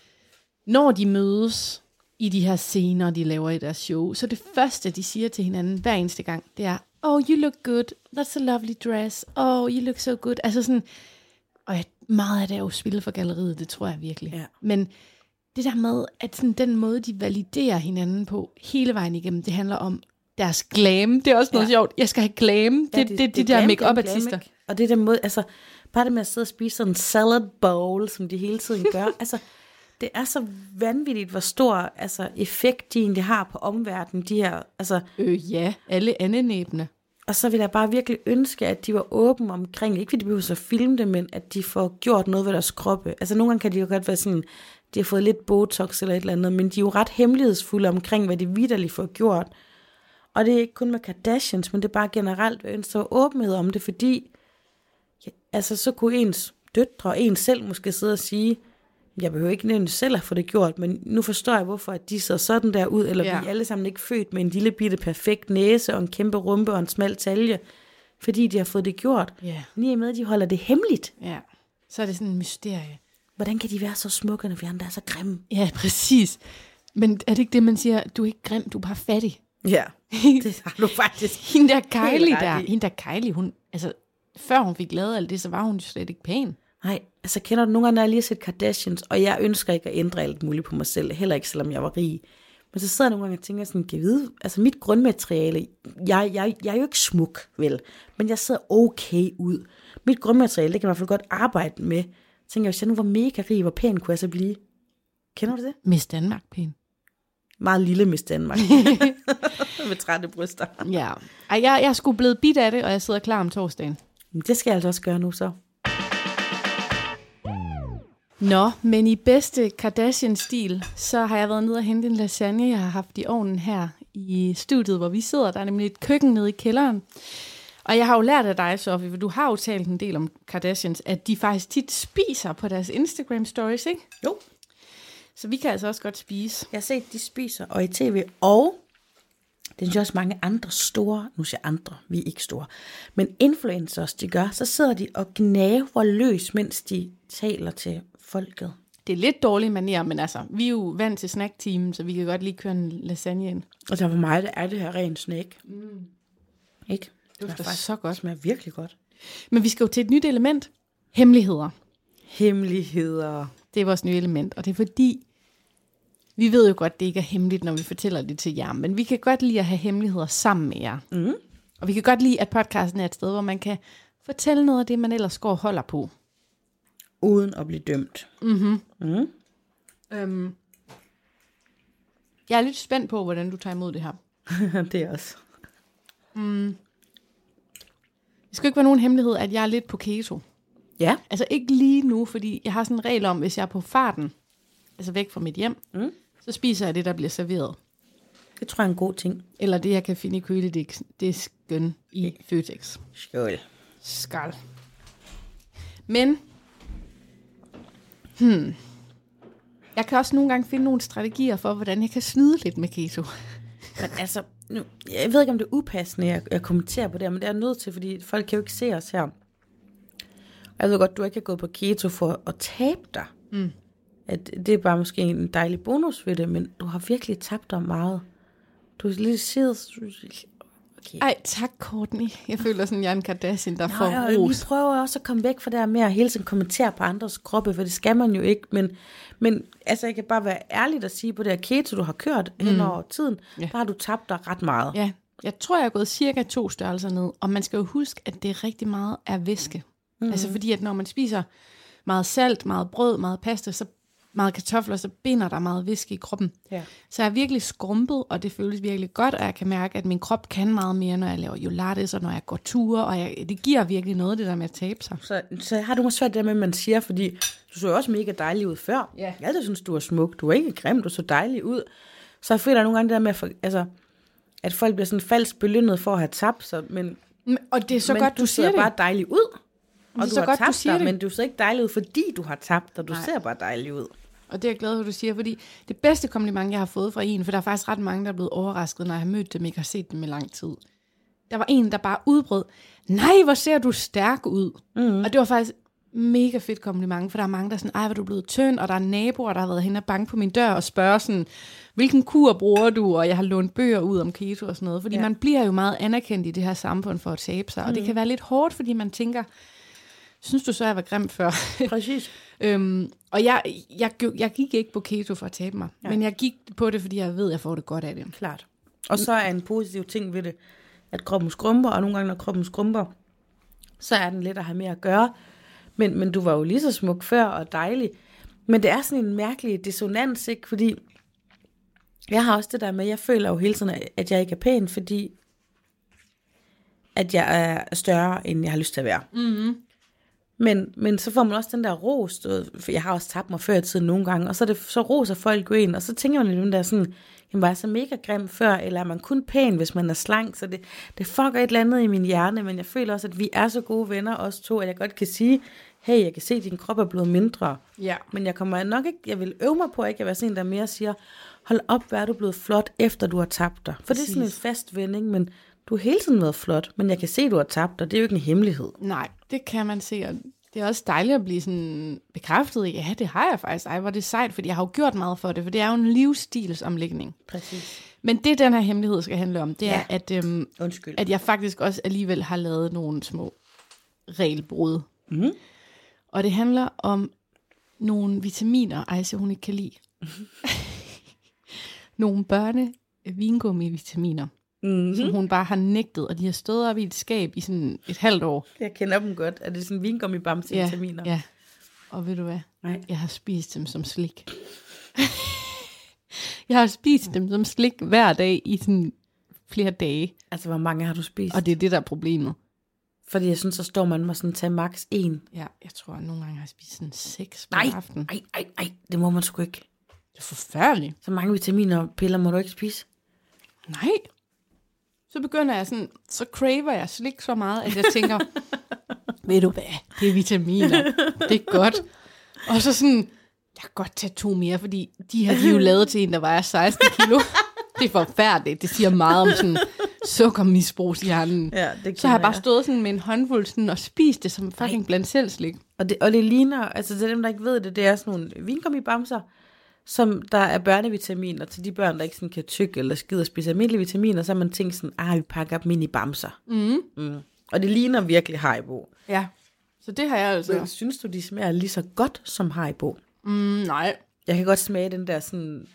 når de mødes i de her scener, de laver i deres show, så det første, de siger til hinanden hver eneste gang, det er, oh, you look good, that's a lovely dress, oh, you look so good. Altså sådan, og meget af det er jo spillet for galleriet, det tror jeg virkelig. Ja. Men det der med, at sådan, den måde, de validerer hinanden på hele vejen igennem, det handler om deres glam. Det er også noget sjovt. Jeg skal have glam. Det der glam, make-up-artister. Og det der måde, altså, bare det med at sidde og spise sådan en salad bowl, som de hele tiden gør, altså, det er så vanvittigt, hvor stor altså, effekt de egentlig har på omverdenen, de her, altså... Ja, alle andenæbene. Og så vil jeg bare virkelig ønske, at de var åbne omkring, ikke fordi de behøver at filme det, men at de får gjort noget ved deres kroppe. Altså nogle gange kan de jo godt være sådan, de har fået lidt botox eller et eller andet, men de er jo ret hemmelighedsfulde omkring, hvad de vitterligt får gjort. Og det er ikke kun med Kardashians, men det er bare generelt en så åbenhed om det, fordi ja, altså så kunne ens døtre og en selv måske sidde og sige, jeg behøver ikke nævne selv at få det gjort, men nu forstår jeg, hvorfor at de ser sådan der ud, eller vi er alle sammen ikke født med en lille bitte perfekt næse og en kæmpe rumpe og en smal talje, fordi de har fået det gjort. Ni er med, at de holder det hemmeligt. Ja, så er det sådan en mysterie. Hvordan kan de være så smukke, når vi andre er så grimme? Ja, præcis. Men er det ikke det, man siger, du er ikke grim, du er bare fattig? Ja, det har du faktisk. Hende der Kylie, hun, altså, før hun fik lavet alt det, så var hun slet ikke pæn. Nej, altså kender du nogle gange, når jeg lige har set Kardashians, og jeg ønsker ikke at ændre alt muligt på mig selv, heller ikke selvom jeg var rig. Men så sidder jeg nogle gange og tænker sådan, kan jeg vide, altså mit grundmateriale, jeg er jo ikke smuk, vel, men jeg sidder okay ud. Mit grundmateriale, det kan jeg i hvert fald godt arbejde med. Jeg tænker, hvis jeg nu var mega rig, hvor pæn kunne jeg så blive? Kender du det? Miss Danmark pæn. Meget lille Miss Danmark. Med trætte bryster. Ja. Jeg er sgu blevet bidt af det, og jeg sidder klar om torsdagen. Det skal jeg altså også gøre nu så. Nå, men i bedste Kardashian-stil, så har jeg været nede og hente en lasagne, jeg har haft i ovnen her i studiet, hvor vi sidder. Der er nemlig et køkken nede i kælderen. Og jeg har jo lært af dig, Sofie, for du har jo talt en del om Kardashians, at de faktisk tit spiser på deres Instagram-stories, ikke? Jo. Så vi kan altså også godt spise. Jeg har set, de spiser, og i tv, og det er også mange andre store, nu siger andre, vi er ikke store, men influencers, de gør, så sidder de og gnaver løs, mens de taler til folket. Det er lidt dårlige manerer, men altså, vi er jo vant til snackteamen, så vi kan godt lige køre en lasagne ind. Og så for mig, det er det her ren snack. Ikke? Det er så godt. Det smager virkelig godt. Men vi skal jo til et nyt element. Hemmeligheder. Hemmeligheder. Det er vores nye element, og det er fordi, vi ved jo godt, det ikke er hemmeligt, når vi fortæller det til jer, men vi kan godt lide at have hemmeligheder sammen med jer. Mm. Og vi kan godt lide, at podcasten er et sted, hvor man kan fortælle noget af det, man ellers går og holder på. Uden at blive dømt. Mm-hmm. Mm. Jeg er lidt spændt på, hvordan du tager imod det her. Det er også. Det skal ikke være nogen hemmelighed, at jeg er lidt på keto. Ja. Altså ikke lige nu, fordi jeg har sådan en regel om, hvis jeg er på farten, altså væk fra mit hjem, så spiser jeg det, der bliver serveret. Det tror jeg er en god ting. Eller det, jeg kan finde i køledisken. Det er skøn i Føtex. Skål. Skal. Men, jeg kan også nogle gange finde nogle strategier for, hvordan jeg kan snyde lidt med keto. Men altså, nu, jeg ved ikke, om det er upassende, jeg kommenterer på det, men det er jeg nødt til, fordi folk kan jo ikke se os her. Jeg ved godt, du ikke har gået på keto for at tabe dig. Mm. At det er bare måske en dejlig bonus ved det, men du har virkelig tabt dig meget. Du er lidt siddet... Okay. Ej, tak, Courtney. Jeg føler sådan, jeg er en Kardashian, der får ros. Vi prøver også at komme væk fra det her med at hele tiden kommentere på andres kroppe, for det skal man jo ikke. Men altså, jeg kan bare være ærlig at sige, på det her keto, du har kørt hen over tiden, der har du tabt dig ret meget. Ja, jeg tror, jeg er gået cirka 2 størrelser ned. Og man skal jo huske, at det er rigtig meget af væske. Altså fordi, at når man spiser meget salt, meget brød, meget pasta, så meget kartofler, så binder der meget væske i kroppen. Ja. Så jeg er virkelig skrumpet, og det føles virkelig godt, og jeg kan mærke, at min krop kan meget mere, når jeg laver Pilates, og når jeg går ture, og det giver virkelig noget, det der med at tabe sig. Så har du måske svært det der med, at man siger, fordi du så jo også mega dejlig ud før. Ja. Jeg altid synes, du var smuk. Du var ikke grim, du så dejlig ud. Så jeg føler nogle gange det der med, at folk bliver sådan falsk belønnet for at have tabt sig, men og det er så godt, du siger det. Bare dejlig ud. Og du har godt, tabt dig, men du ser ikke dejlig ud, fordi du har tabt dig. Du ser bare dejlig ud. Og det er jeg glad for, at du siger, fordi det bedste kompliment, jeg har fået fra en, for der er faktisk ret mange, der er blevet overrasket, når jeg har mødt dem, ikke har set dem i lang tid. Der var en, der bare udbrød, nej, hvor ser du stærk ud. Og det var faktisk mega fedt kompliment, for der er mange, der er sådan, ej, hvor er du blevet tynd, og der er naboer, der har været hen og banke på min dør og spørger sådan, hvilken kur bruger du, og jeg har lånt bøger ud om keto og sådan noget, fordi man bliver jo meget anerkendt i det her samfund for at tabe sig, og det kan være lidt hårdt, fordi man tænker, synes du så, jeg var grim før? Præcis. Og jeg gik ikke på keto for at tabe mig, men jeg gik på det, fordi jeg ved, at jeg får det godt af det. Klart. Og så er en positiv ting ved det, at kroppen skrumper, og nogle gange, når kroppen skrumper, så er den let at have mere at gøre. Men du var jo lige så smuk før og dejlig. Men det er sådan en mærkelig dissonans, ikke? Fordi jeg har også det der med, jeg føler jo hele tiden, at jeg ikke er pæn, fordi at jeg er større, end jeg har lyst til at være. Mm-hmm. Men så får man også den der ros, for jeg har også tabt mig før i tiden nogle gange, og så roser folk jo en, og så tænker man jo den der sådan, jamen var jeg så mega grim før, eller er man kun pæn, hvis man er slank, så det fucker et eller andet i min hjerne, men jeg føler også, at vi er så gode venner, os to, at jeg godt kan sige, hey, jeg kan se, at din krop er blevet mindre, men jeg kommer nok ikke, jeg vil øve mig på, at jeg kan være sådan en, der mere siger, hold op, hvad er du blevet flot, efter du har tabt dig, for det er sådan en fast vending, men du har hele tiden været flot, men jeg kan se, at du har tabt dig, det er jo ikke en hemmelighed. Nej, det kan man se, og det er også dejligt at blive sådan bekræftet. Ja, det har jeg faktisk. Ej, hvor det er sejt, fordi jeg har jo gjort meget for det, for det er jo en livsstilsomlægning. Præcis. Men det, den her hemmelighed skal handle om, det er, at jeg faktisk også alligevel har lavet nogle små regelbrud. Mm. Og det handler om nogle vitaminer, Aisha, hun ikke kan lide. Nogle vingummi-vitaminer. Mm-hmm. Som hun bare har nægtet, og de har stået op i et skab i sådan et halvt år. Jeg kender dem godt. Er det sådan vingummibamse-vitaminer? Ja. Og ved du hvad? Nej. Jeg har spist dem som slik. Jeg har spist dem som slik hver dag i sådan flere dage. Altså, hvor mange har du spist? Og det er det, der er problemet. Fordi jeg synes, så står man med sådan tage max 1. Ja, jeg tror, at nogle gange har jeg spist sådan 6 på aften. Nej, det må man sgu ikke. Det er forfærdeligt. Så mange vitaminer og piller må du ikke spise. Nej. Så begynder jeg sådan, så craver jeg slik så meget, at jeg tænker, ved du hvad, det er vitaminer, det er godt. Og så sådan, jeg kan godt tage 2 mere, fordi de har de jo lavet til en, der vejer 16 kilo. Det er forfærdeligt, det siger meget om sådan sukkermisbrugshjernen. Ja, så har jeg bare stået sådan med en håndfuld sådan, og spist det som fucking blandt selv slik. Og det ligner, altså til dem, der ikke ved det, det er sådan nogle vingummibamser, som der er børnevitaminer til de børn, der ikke sådan kan tygge eller skide og spise almindelige vitaminer, så har man tænkt sådan, vi pakker dem ind i bamser. Og det ligner virkelig Haribo. Ja, så det har jeg altså. Men synes du, de smager lige så godt som Haribo? Nej. Jeg kan godt smage den der sådan,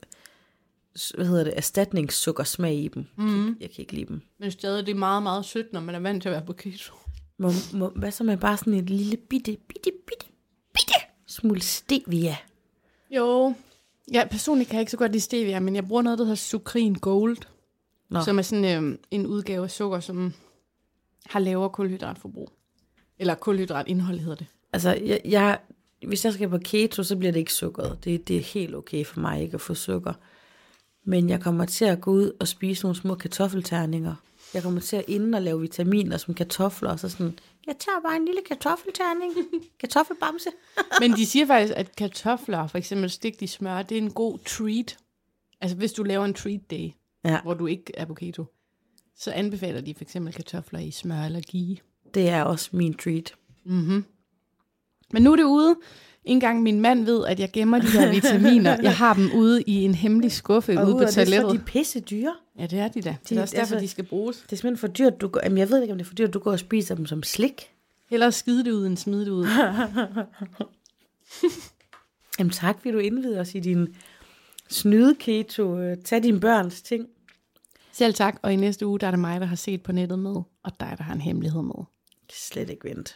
erstatningssukkersmag i dem. Jeg kan ikke lide dem. Men stadig, det er meget, meget sødt, når man er vant til at være på keto. Hvad så med bare sådan et lille bitte smule stevia? Jo, jeg personligt kan jeg ikke så godt lide stevia, men jeg bruger noget, der hedder Sukrin Gold, som er sådan en udgave af sukker, som har lavere kulhydratforbrug. Eller kulhydratindhold hedder det. Altså, hvis jeg skal på keto, så bliver det ikke sukkeret. Det er helt okay for mig ikke at få sukker. Men jeg kommer til at gå ud og spise nogle små kartoffelterninger. Jeg kommer til at inde og lave vitaminer som kartofler, og så sådan, jeg tager bare en lille kartoffelterning. Kartoffelbamse. Men de siger faktisk, at kartofler, for eksempel stegt i smør, det er en god treat. Altså hvis du laver en treat day, hvor du ikke er på keto, så anbefaler de for eksempel kartofler i smør eller ghee. Det er også min treat. Mm-hmm. Men nu er det ude. En gang min mand ved, at jeg gemmer de her vitaminer. Jeg har dem ude i en hemmelig skuffe ude på toilettet. Og det er så de pisse dyre. Ja, det er de da. Det er også derfor, de skal bruges. Det er simpelthen for dyrt. Jamen, jeg ved ikke, om det er for dyrt, at du går og spiser dem som slik. Hellere skide det ud, end smide det ud. Jamen tak, fordi du indvider os i din snyde-keto. Tag dine børns ting. Selv tak, og i næste uge, der er det mig, der har set på nettet med, og dig, der har en hemmelighed med. Slet ikke vent.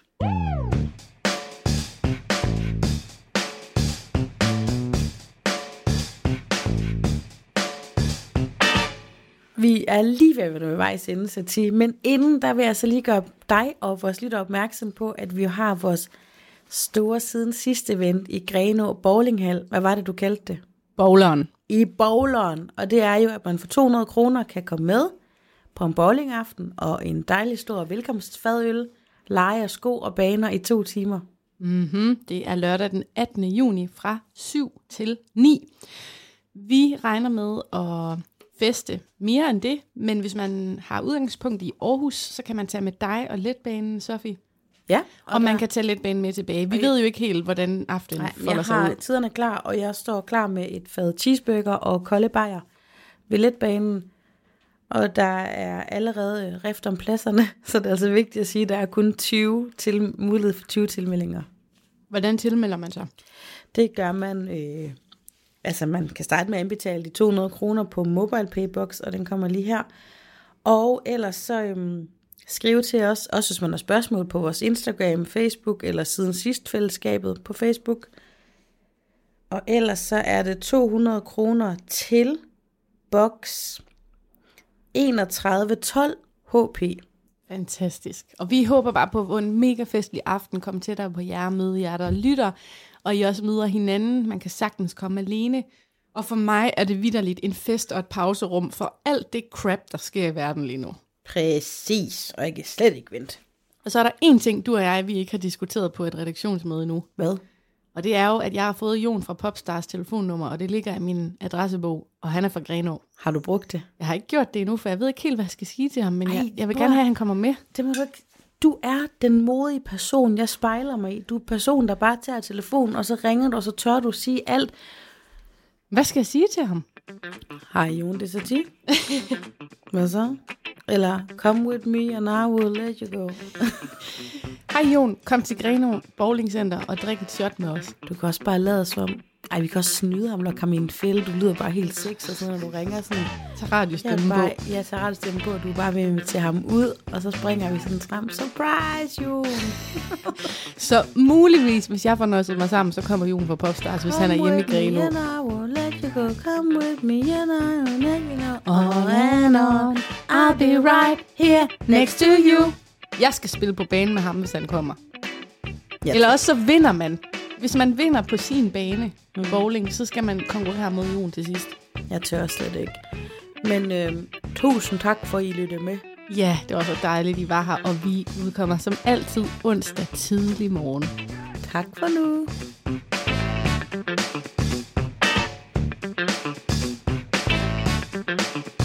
Vi er lige ved at være vejs ende, Satie. Men inden, der vil jeg så lige gøre dig og vores lytter opmærksom på, at vi har vores store siden sidste event i Grenaa Bowlinghal. Hvad var det, du kaldte det? Bowleren. I bowleren. Og det er jo, at man for 200 kroner kan komme med på en bowlingaften og en dejlig stor velkomstfadøl, lege og sko og baner i 2 timer. Det er lørdag den 18. juni fra 7 til 9. Vi regner med at feste mere end det, men hvis man har udgangspunkt i Aarhus, så kan man tage med dig og letbanen, Sofie. Ja. Og man kan tage letbanen med tilbage. Vi ved jo ikke helt, hvordan aftenen folder sig ud. Jeg har tiderne klar, og jeg står klar med et fad cheeseburger og kolde bajer ved letbanen. Og der er allerede rift om pladserne, så det er altså vigtigt at sige, at der er kun mulighed for 20 tilmeldinger. Hvordan tilmelder man sig? Det gør man, man kan starte med at indbetale de 200 kroner på Mobile Paybox, og den kommer lige her. Og ellers så skriv til os, også hvis man har spørgsmål på vores Instagram, Facebook, eller siden sidst fællesskabet på Facebook. Og ellers så er det 200 kroner til box 3112 HP. Fantastisk. Og vi håber bare på at få en mega festlig aften, komme tættere på jer, møde jer, der lytter, og I også møder hinanden. Man kan sagtens komme alene. Og for mig er det vitterligt en fest og et pauserum for alt det crap, der sker i verden lige nu. Præcis, og jeg kan slet ikke vente. Og så er der en ting, du og jeg, vi ikke har diskuteret på et redaktionsmøde endnu. Hvad? Og det er jo, at jeg har fået Jon fra Popstars telefonnummer, og det ligger i min adressebog, og han er fra Grenaa. Har du brugt det? Jeg har ikke gjort det endnu, for jeg ved ikke helt, hvad jeg skal sige til ham, men jeg vil gerne have, at han kommer med. Det må du ikke. Du er den modige person, jeg spejler mig i. Du er person, der bare tager telefonen, og så ringer du, og så tør du sige alt. Hvad skal jeg sige til ham? Hej Jon, det er Satie. Hvad så? Eller, come with me and I will let you go. Hej Jon, kom til Grenaa Bowling Center og drik et shot med os. Du kan også bare lade som... vi kan også snyde ham, når der kommer i en fælde. Du lyder bare helt sex, og så når du ringer sådan... Tag radiostemmen på. Ja, tag radiostemmen på, og du er bare ved at tage ham ud, og så springer vi sådan frem. Surprise, Jon! Så muligvis, hvis jeg får noget mig sammen, så kommer Jon fra Popstars, hvis han er hjemme i Grenaa. Come with me and I will let you know. On and on, I'll be right here next to you. jeg skal spille på banen med ham, hvis han kommer. Ja. Også så vinder man. Hvis man vinder på sin bane i bowling, så skal man konkurrere mod Jon til sidst. Jeg tør slet ikke. Men tusind tak for, at I lyttede med. Ja, det var så dejligt, I var her, og vi udkommer som altid onsdag tidlig morgen. Tak for nu. Thank you.